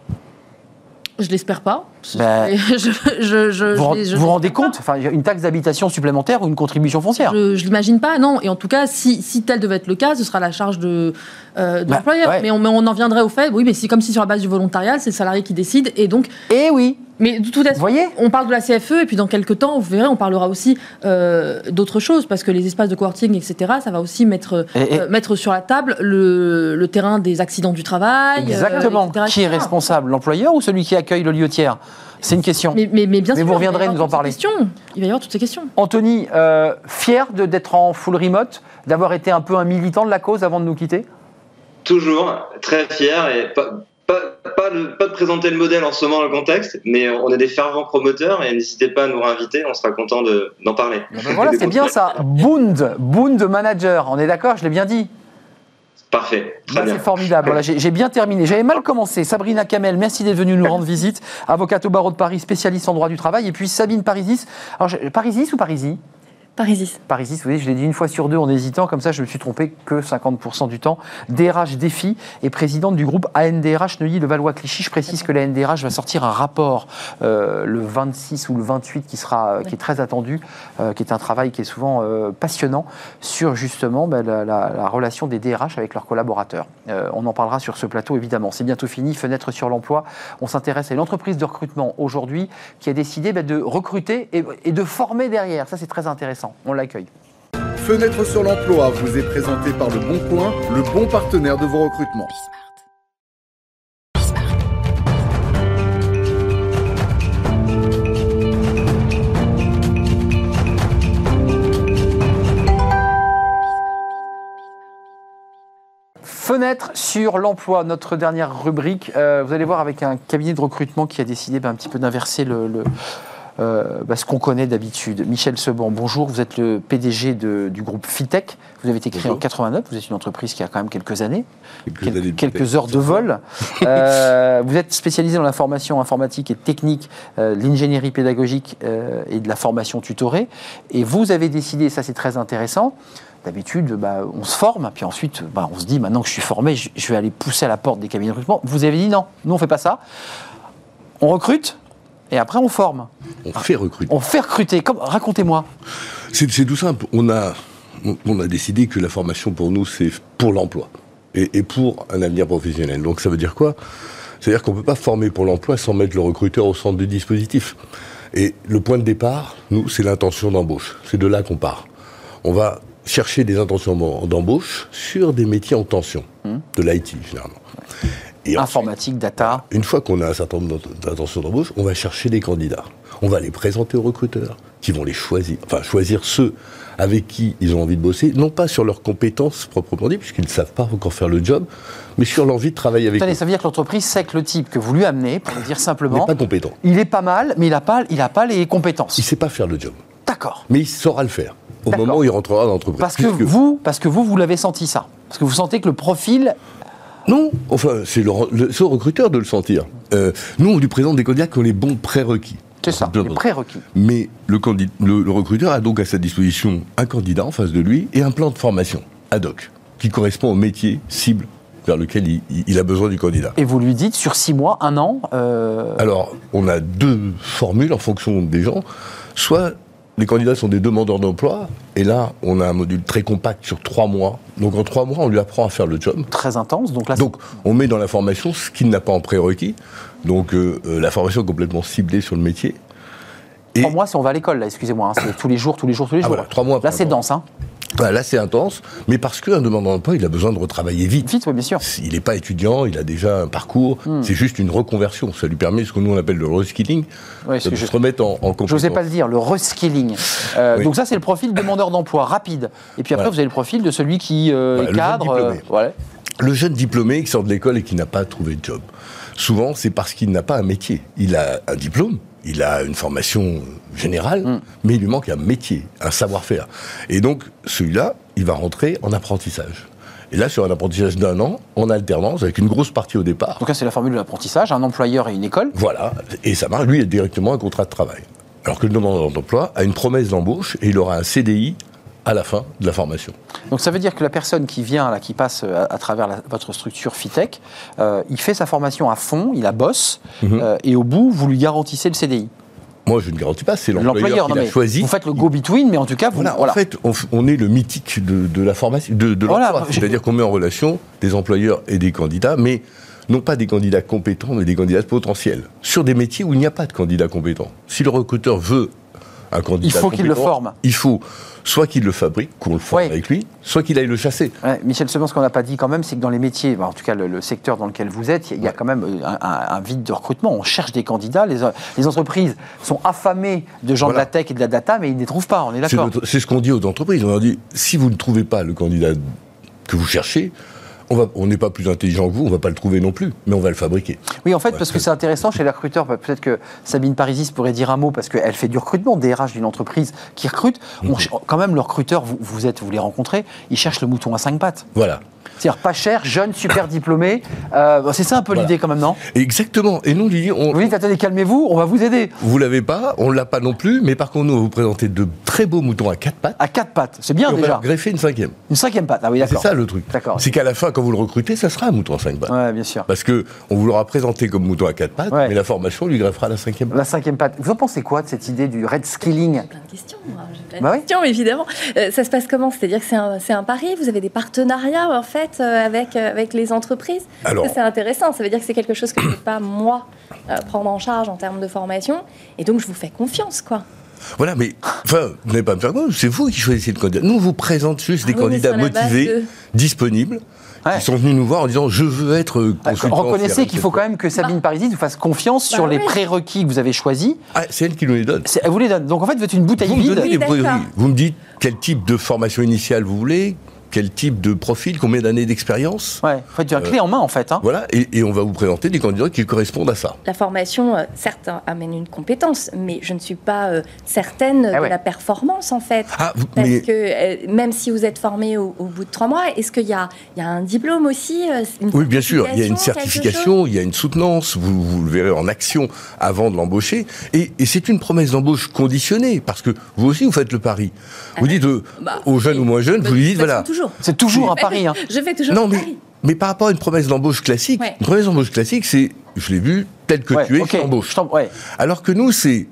Je l'espère pas. Ben, je, je, je, vous je, je vous rendez compte, enfin, une taxe d'habitation supplémentaire ou une contribution foncière ? Je, je l'imagine pas, non. Et en tout cas, si, si tel devait être le cas, ce sera la charge de, euh, de bah, l'employeur. Ouais. Mais, on, mais on en viendrait au fait, oui, mais c'est comme si sur la base du volontariat, c'est le salarié qui décide, et donc. Eh oui. Mais de toute façon, on parle de la C F E et puis dans quelques temps, vous verrez, on parlera aussi euh, d'autres choses parce que les espaces de coworking, et cetera, ça va aussi mettre, et, et euh, mettre sur la table le, le terrain des accidents du travail. Exactement. Euh, et cetera, qui est responsable, l'employeur ou celui qui accueille le lieu tiers ? C'est une question. Mais, mais, mais bien mais sûr, vous reviendrez nous en parler. Il va y avoir toutes ces questions. Anthony, euh, fier de, d'être en full remote, d'avoir été un peu un militant de la cause avant de nous quitter ? Toujours, très fier et pas, pas, pas de, pas de présenter le modèle en ce moment dans le contexte, mais on est des fervents promoteurs et n'hésitez pas à nous réinviter, on sera content de, d'en parler. Ben voilà, c'est bien ça. Bund, Bund Manager, on est d'accord, je l'ai bien dit. Parfait, très bah, bien. C'est formidable, voilà, j'ai, j'ai bien terminé. J'avais mal commencé. Sabrina Kamel, merci d'être venue nous rendre visite. Avocate au barreau de Paris, spécialiste en droit du travail. Et puis Sabine Parisis. Alors, je, Parisis ou Parisi ? Parisis. Parisis, vous voyez, je l'ai dit une fois sur deux en hésitant, comme ça je me suis trompé que cinquante pour cent du temps. D R H Défi est présidente du groupe A N D R H Neuilly-le-Valois-Clichy. Je précise que la A N D R H va sortir un rapport euh, le vingt-six ou le vingt-huit qui, sera, oui. qui est très attendu, euh, qui est un travail qui est souvent euh, passionnant sur justement bah, la, la, la relation des D R H avec leurs collaborateurs. Euh, on en parlera sur ce plateau évidemment. C'est bientôt fini, Fenêtre sur l'emploi. On s'intéresse à une entreprise de recrutement aujourd'hui qui a décidé bah, de recruter et, et de former derrière. Ça c'est très intéressant. On l'accueille. Fenêtre sur l'emploi vous est présenté par Le Bon Coin, le bon partenaire de vos recrutements. Fenêtre sur l'emploi, notre dernière rubrique. Euh, vous allez voir avec un cabinet de recrutement qui a décidé bah, un petit peu d'inverser le... le Euh, bah, ce qu'on connaît d'habitude. Michel Seban, bonjour, vous êtes le P D G de, du groupe Fitech, vous avez été créé bonjour. En quatre-vingt-neuf, vous êtes une entreprise qui a quand même quelques années, quelques, Quel, années quelques heures de vol. euh, vous êtes spécialisé dans la formation informatique et technique, euh, l'ingénierie pédagogique euh, et de la formation tutorée, et vous avez décidé, ça c'est très intéressant, d'habitude, bah, on se forme, puis ensuite, bah, on se dit, maintenant que je suis formé, je, je vais aller pousser à la porte des cabinets de recrutement. Vous avez dit non, nous on ne fait pas ça, on recrute, et après, on forme. On fait recruter. On fait recruter. Comme, racontez-moi. C'est, c'est tout simple. On a, on a décidé que la formation, pour nous, c'est pour l'emploi. Et, et pour un avenir professionnel. Donc, ça veut dire quoi ? C'est-à-dire qu'on ne peut pas former pour l'emploi sans mettre le recruteur au centre du dispositif. Et le point de départ, nous, c'est l'intention d'embauche. C'est de là qu'on part. On va chercher des intentions d'embauche sur des métiers en tension. Mmh. De l'I T, finalement. Ouais. Et informatique, ensuite, data. Une fois qu'on a un certain nombre d'intentions d'embauche, on va chercher des candidats. On va les présenter aux recruteurs, qui vont les choisir. Enfin, choisir ceux avec qui ils ont envie de bosser, non pas sur leurs compétences proprement dit, puisqu'ils ne savent pas encore faire le job, mais sur l'envie de travailler avec eux. Ça veut dire que l'entreprise sait que le type que vous lui amenez, pour le dire simplement, n'est pas compétent. Il est pas mal, mais il n'a pas, il a pas les compétences. Il ne sait pas faire le job. D'accord. Mais il saura le faire, au D'accord. moment où il rentrera dans l'entreprise. Parce que, puisque... vous, parce que vous, vous l'avez senti ça. Parce que vous sentez que le profil... Non, enfin, c'est, le, le, c'est au recruteur de le sentir. Euh, nous, on lui présente des candidats qui ont les bons prérequis. C'est ça, les prérequis. Mais le, candidat, le, le recruteur a donc à sa disposition un candidat en face de lui et un plan de formation ad hoc, qui correspond au métier cible vers lequel il, il a besoin du candidat. Et vous lui dites, sur six mois, un an euh... Alors, on a deux formules en fonction des gens. Soit... les candidats sont des demandeurs d'emploi, et là, on a un module très compact sur trois mois. Donc, en trois mois, on lui apprend à faire le job. Très intense. Donc, là, donc on met dans la formation ce qu'il n'a pas en prérequis. Donc, euh, la formation est complètement ciblée sur le métier. Et trois mois, si on va à l'école, là, excusez-moi. Hein, c'est tous les jours, tous les jours, tous les ah, jours. Voilà, trois mois. Là, c'est dense, hein. Voilà, là, c'est intense, mais parce qu'un demandeur d'emploi, il a besoin de retravailler vite. Vite, oui, bien sûr. Il n'est pas étudiant, il a déjà un parcours, hmm. c'est juste une reconversion. Ça lui permet ce que nous, on appelle le reskilling, oui, de je... se remettre en, en compétence. Je n'osais pas le dire, le reskilling. Euh, oui. Donc ça, c'est le profil demandeur d'emploi, rapide. Et puis après, voilà. vous avez le profil de celui qui euh, voilà, est cadre. Le jeune, euh, voilà. le jeune diplômé qui sort de l'école et qui n'a pas trouvé de job. Souvent, c'est parce qu'il n'a pas un métier. Il a un diplôme, il a une formation générale, mm. mais il lui manque un métier, un savoir-faire. Et donc, celui-là, il va rentrer en apprentissage. Et là, sur un apprentissage d'un an, en alternance, avec une grosse partie au départ. Donc là, c'est la formule de l'apprentissage, un employeur et une école. Voilà, et ça marche. Lui, il a directement un contrat de travail. Alors que le demandeur d'emploi a une promesse d'embauche et il aura un C D I à la fin de la formation. Donc ça veut dire que la personne qui vient, là, qui passe à, à travers la, votre structure Fitech, euh, il fait sa formation à fond, il la bosse, mm-hmm. euh, et au bout, vous lui garantissez le C D I. Moi, je ne garantis pas, c'est l'employeur, l'employeur qui non, l'a choisi. Vous faites le go-between, mais en tout cas, vous... Voilà, voilà. En fait, on, on est le mythique de, de la formation, de, de l'emploi. Voilà, c'est-à-dire qu'on met en relation des employeurs et des candidats, mais non pas des candidats compétents, mais des candidats potentiels, sur des métiers où il n'y a pas de candidats compétents. Si le recruteur veut un candidat il faut qu'il le forme. Il faut soit qu'il le fabrique, qu'on le forme ouais. avec lui, soit qu'il aille le chasser. Ouais, Michel Seban, ce qu'on n'a pas dit quand même, c'est que dans les métiers, en tout cas le, le secteur dans lequel vous êtes, il y, y a quand même un, un, un vide de recrutement. On cherche des candidats. Les, les entreprises sont affamées de gens voilà. de la tech et de la data, mais ils ne les trouvent pas. On est d'accord. C'est, notre, c'est ce qu'on dit aux entreprises. On leur dit, si vous ne trouvez pas le candidat que vous cherchez, on n'est pas plus intelligent que vous, on ne va pas le trouver non plus, mais on va le fabriquer. Oui, en fait, ouais, parce que c'est intéressant chez les recruteurs, peut-être que Sabine Parisis pourrait dire un mot, parce qu'elle fait du recrutement, D R H d'une entreprise qui recrute. On, mm-hmm. Quand même, le recruteur, vous, vous, êtes, vous les rencontrez, il cherche le mouton à cinq pattes. Voilà. C'est-à-dire pas cher, jeune, super diplômé. Euh, c'est ça un peu voilà. l'idée quand même, non ? Exactement. Et nous, Lily, on... Vous dites, attendez, calmez-vous, on va vous aider. Vous l'avez pas, on ne l'a pas non plus, mais par contre, nous, on va vous présenter de très beaux moutons à quatre pattes. À quatre pattes, c'est bien et déjà. On va greffer une cinquième. Une cinquième patte, ah oui, d'accord. C'est ça le truc. D'accord. C'est qu'à la fin, quand vous le recrutez, ça sera un mouton à cinq pattes. Ouais, bien sûr. Parce qu'on vous l'aura présenté comme mouton à quatre pattes, ouais. mais la formation lui greffera la cinquième patte. La cinquième patte. Vous en pensez quoi de cette idée du red skilling ? J'ai plein de questions, moi. J'ai plein bah de oui. questions, évidemment. Euh, ça se passe comment ? C'est-à-dire que c'est un, c'est un pari ? Vous avez des partenariats, en fait, euh, avec, euh, avec les entreprises ? Alors, c'est intéressant. Ça veut dire que c'est quelque chose que je ne peux pas, moi, euh, prendre en charge en termes de formation. Et donc, je vous fais confiance, quoi. Voilà, mais enfin, vous n'allez pas me faire quoi, c'est vous qui choisissez le candidat. Nous, on vous présente juste des ah oui, candidats motivés, de... disponibles, ouais. qui sont venus nous voir en disant « je veux être consultant ». Reconnaissez qu'il faut quand même que Sabine bah. Parisis vous fasse confiance bah sur oui. les prérequis que vous avez choisis. Ah, c'est elle qui nous les donne. Elle vous les donne. Donc en fait, vous êtes une bouteille vous vide. Me donnez oui, les prérequis. Vous me dites quel type de formation initiale vous voulez, quel type de profil, combien d'années d'expérience. Ouais, en fait, tu as une clé en main, en fait. Hein. Voilà, et, et on va vous présenter des candidats qui correspondent à ça. La formation, euh, certes, amène une compétence, mais je ne suis pas euh, certaine ah de ouais. la performance, en fait. Ah, vous, Parce mais... que euh, même si vous êtes formé au, au bout de trois mois, est-ce qu'il y a, il y a un diplôme aussi euh, une Oui, bien sûr, il y a une certification, il y a une soutenance, vous, vous le verrez en action avant de l'embaucher, et, et c'est une promesse d'embauche conditionnée, parce que vous aussi, vous faites le pari. Vous ah, dites euh, bah, aux jeunes ou moins jeunes, bah, vous lui dites, voilà... Toujours. C'est toujours un pari. Hein. Je fais toujours non, un mais, pari. Mais par rapport à une promesse d'embauche classique, ouais. une promesse d'embauche classique, c'est je l'ai vu, tel que ouais, tu es, okay. je t'embauche. Ouais. Alors que nous, c'est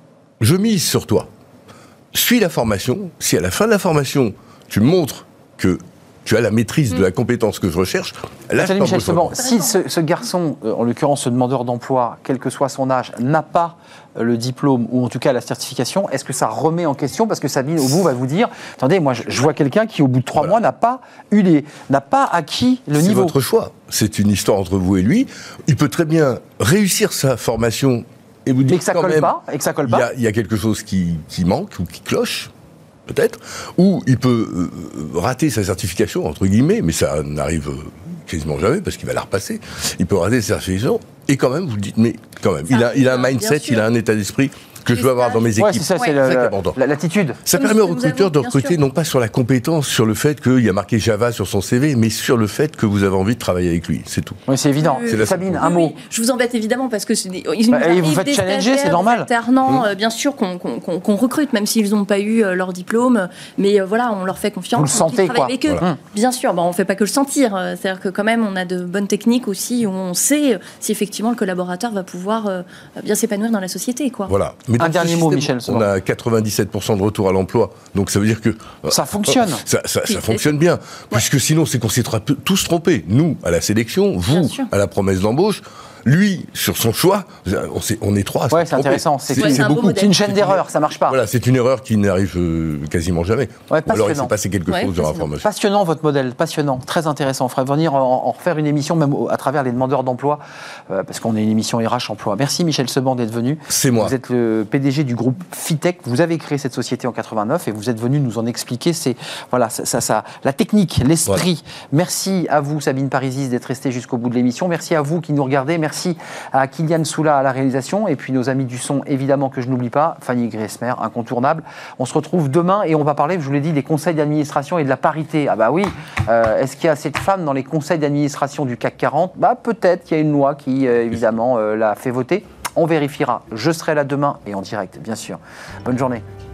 je mise sur toi, suis la formation, si à la fin de la formation, tu montres que tu as la maîtrise mmh. de la compétence que je recherche, là, je Michel Seban, si ce, ce garçon, en l'occurrence ce demandeur d'emploi, quel que soit son âge, n'a pas le diplôme ou en tout cas la certification, est-ce que ça remet en question ? Parce que Sabine, au bout, va vous dire, attendez, moi je, je vois quelqu'un qui au bout de trois voilà. mois n'a pas eu les, n'a pas acquis le c'est niveau. C'est votre choix. C'est une histoire entre vous et lui. Il peut très bien réussir sa formation et vous dire mais que ça quand colle même, pas, et que ça colle pas. Il y, y a quelque chose qui, qui manque ou qui cloche. Peut-être, ou il peut euh, rater sa certification, entre guillemets, mais ça n'arrive quasiment jamais, parce qu'il va la repasser. Il peut rater sa certification, et quand même, vous le dites, mais quand même, ça, il, a, il a un mindset, il a un état d'esprit que je veux avoir dans mes équipes. Ouais, c'est ça, c'est ouais. la, l'attitude. Ça permet aux recruteurs de recruter non pas sur la compétence, sur le fait qu'il y a marqué Java sur son C V, mais sur le fait que vous avez envie de travailler avec lui, c'est tout. Oui, c'est évident. Euh, c'est Sabine, oui, un mot. Oui. Je vous embête évidemment parce que c'est des, ils bah, nous vous faites challenger, c'est normal. Alternants, mmh. euh, bien sûr qu'on, qu'on, qu'on, qu'on recrute, même s'ils n'ont pas eu euh, leur diplôme, mais euh, voilà, on leur fait confiance. Vous le sentez, quoi. Avec eux. Voilà. Bien sûr, bah, on ne fait pas que le sentir. Euh, c'est-à-dire que quand même, on a de bonnes techniques aussi où on sait euh, si effectivement le collaborateur va pouvoir euh, bien s'épanouir dans la société, quoi. Voilà. Mais un dernier mot, Michel. On a quatre-vingt-dix-sept pour cent de retour à l'emploi. Donc ça veut dire que... Ça fonctionne. Ça, ça, ça fonctionne bien. Ouais. Puisque sinon, c'est qu'on s'est tous trompés. Nous, à la sélection, vous, à la promesse d'embauche. Lui, sur son choix, on, sait, on est trois. Ouais, c'est intéressant. C'est, c'est, c'est, beaucoup. C'est une chaîne d'erreurs, ça marche pas. Voilà, c'est une erreur qui n'arrive euh, quasiment jamais. Ouais, alors il s'est passé quelque ouais, chose dans la formation. Passionnant votre modèle, passionnant, très intéressant. Il faudrait venir en, en refaire une émission même à travers les demandeurs d'emploi, euh, parce qu'on est une émission R H Emploi. Merci Michel Seban d'être venu. C'est moi. Vous êtes le P D G du groupe Fitech. Vous avez créé cette société en quatre-vingt-neuf et vous êtes venu nous en expliquer. C'est voilà, ça, ça, ça, la technique, l'esprit. Voilà. Merci à vous Sabine Parisis d'être restée jusqu'au bout de l'émission. Merci à vous qui nous regardez. Merci à Kylian Soula à la réalisation, et puis nos amis du son, évidemment, que je n'oublie pas, Fanny Griesmer, incontournable. On se retrouve demain et on va parler, je vous l'ai dit, des conseils d'administration et de la parité. Ah bah oui, euh, est-ce qu'il y a assez de femmes dans les conseils d'administration du C A C quarante ? Bah peut-être, il y a une loi qui, euh, évidemment, euh, l'a fait voter. On vérifiera. Je serai là demain et en direct, bien sûr. Bonne journée.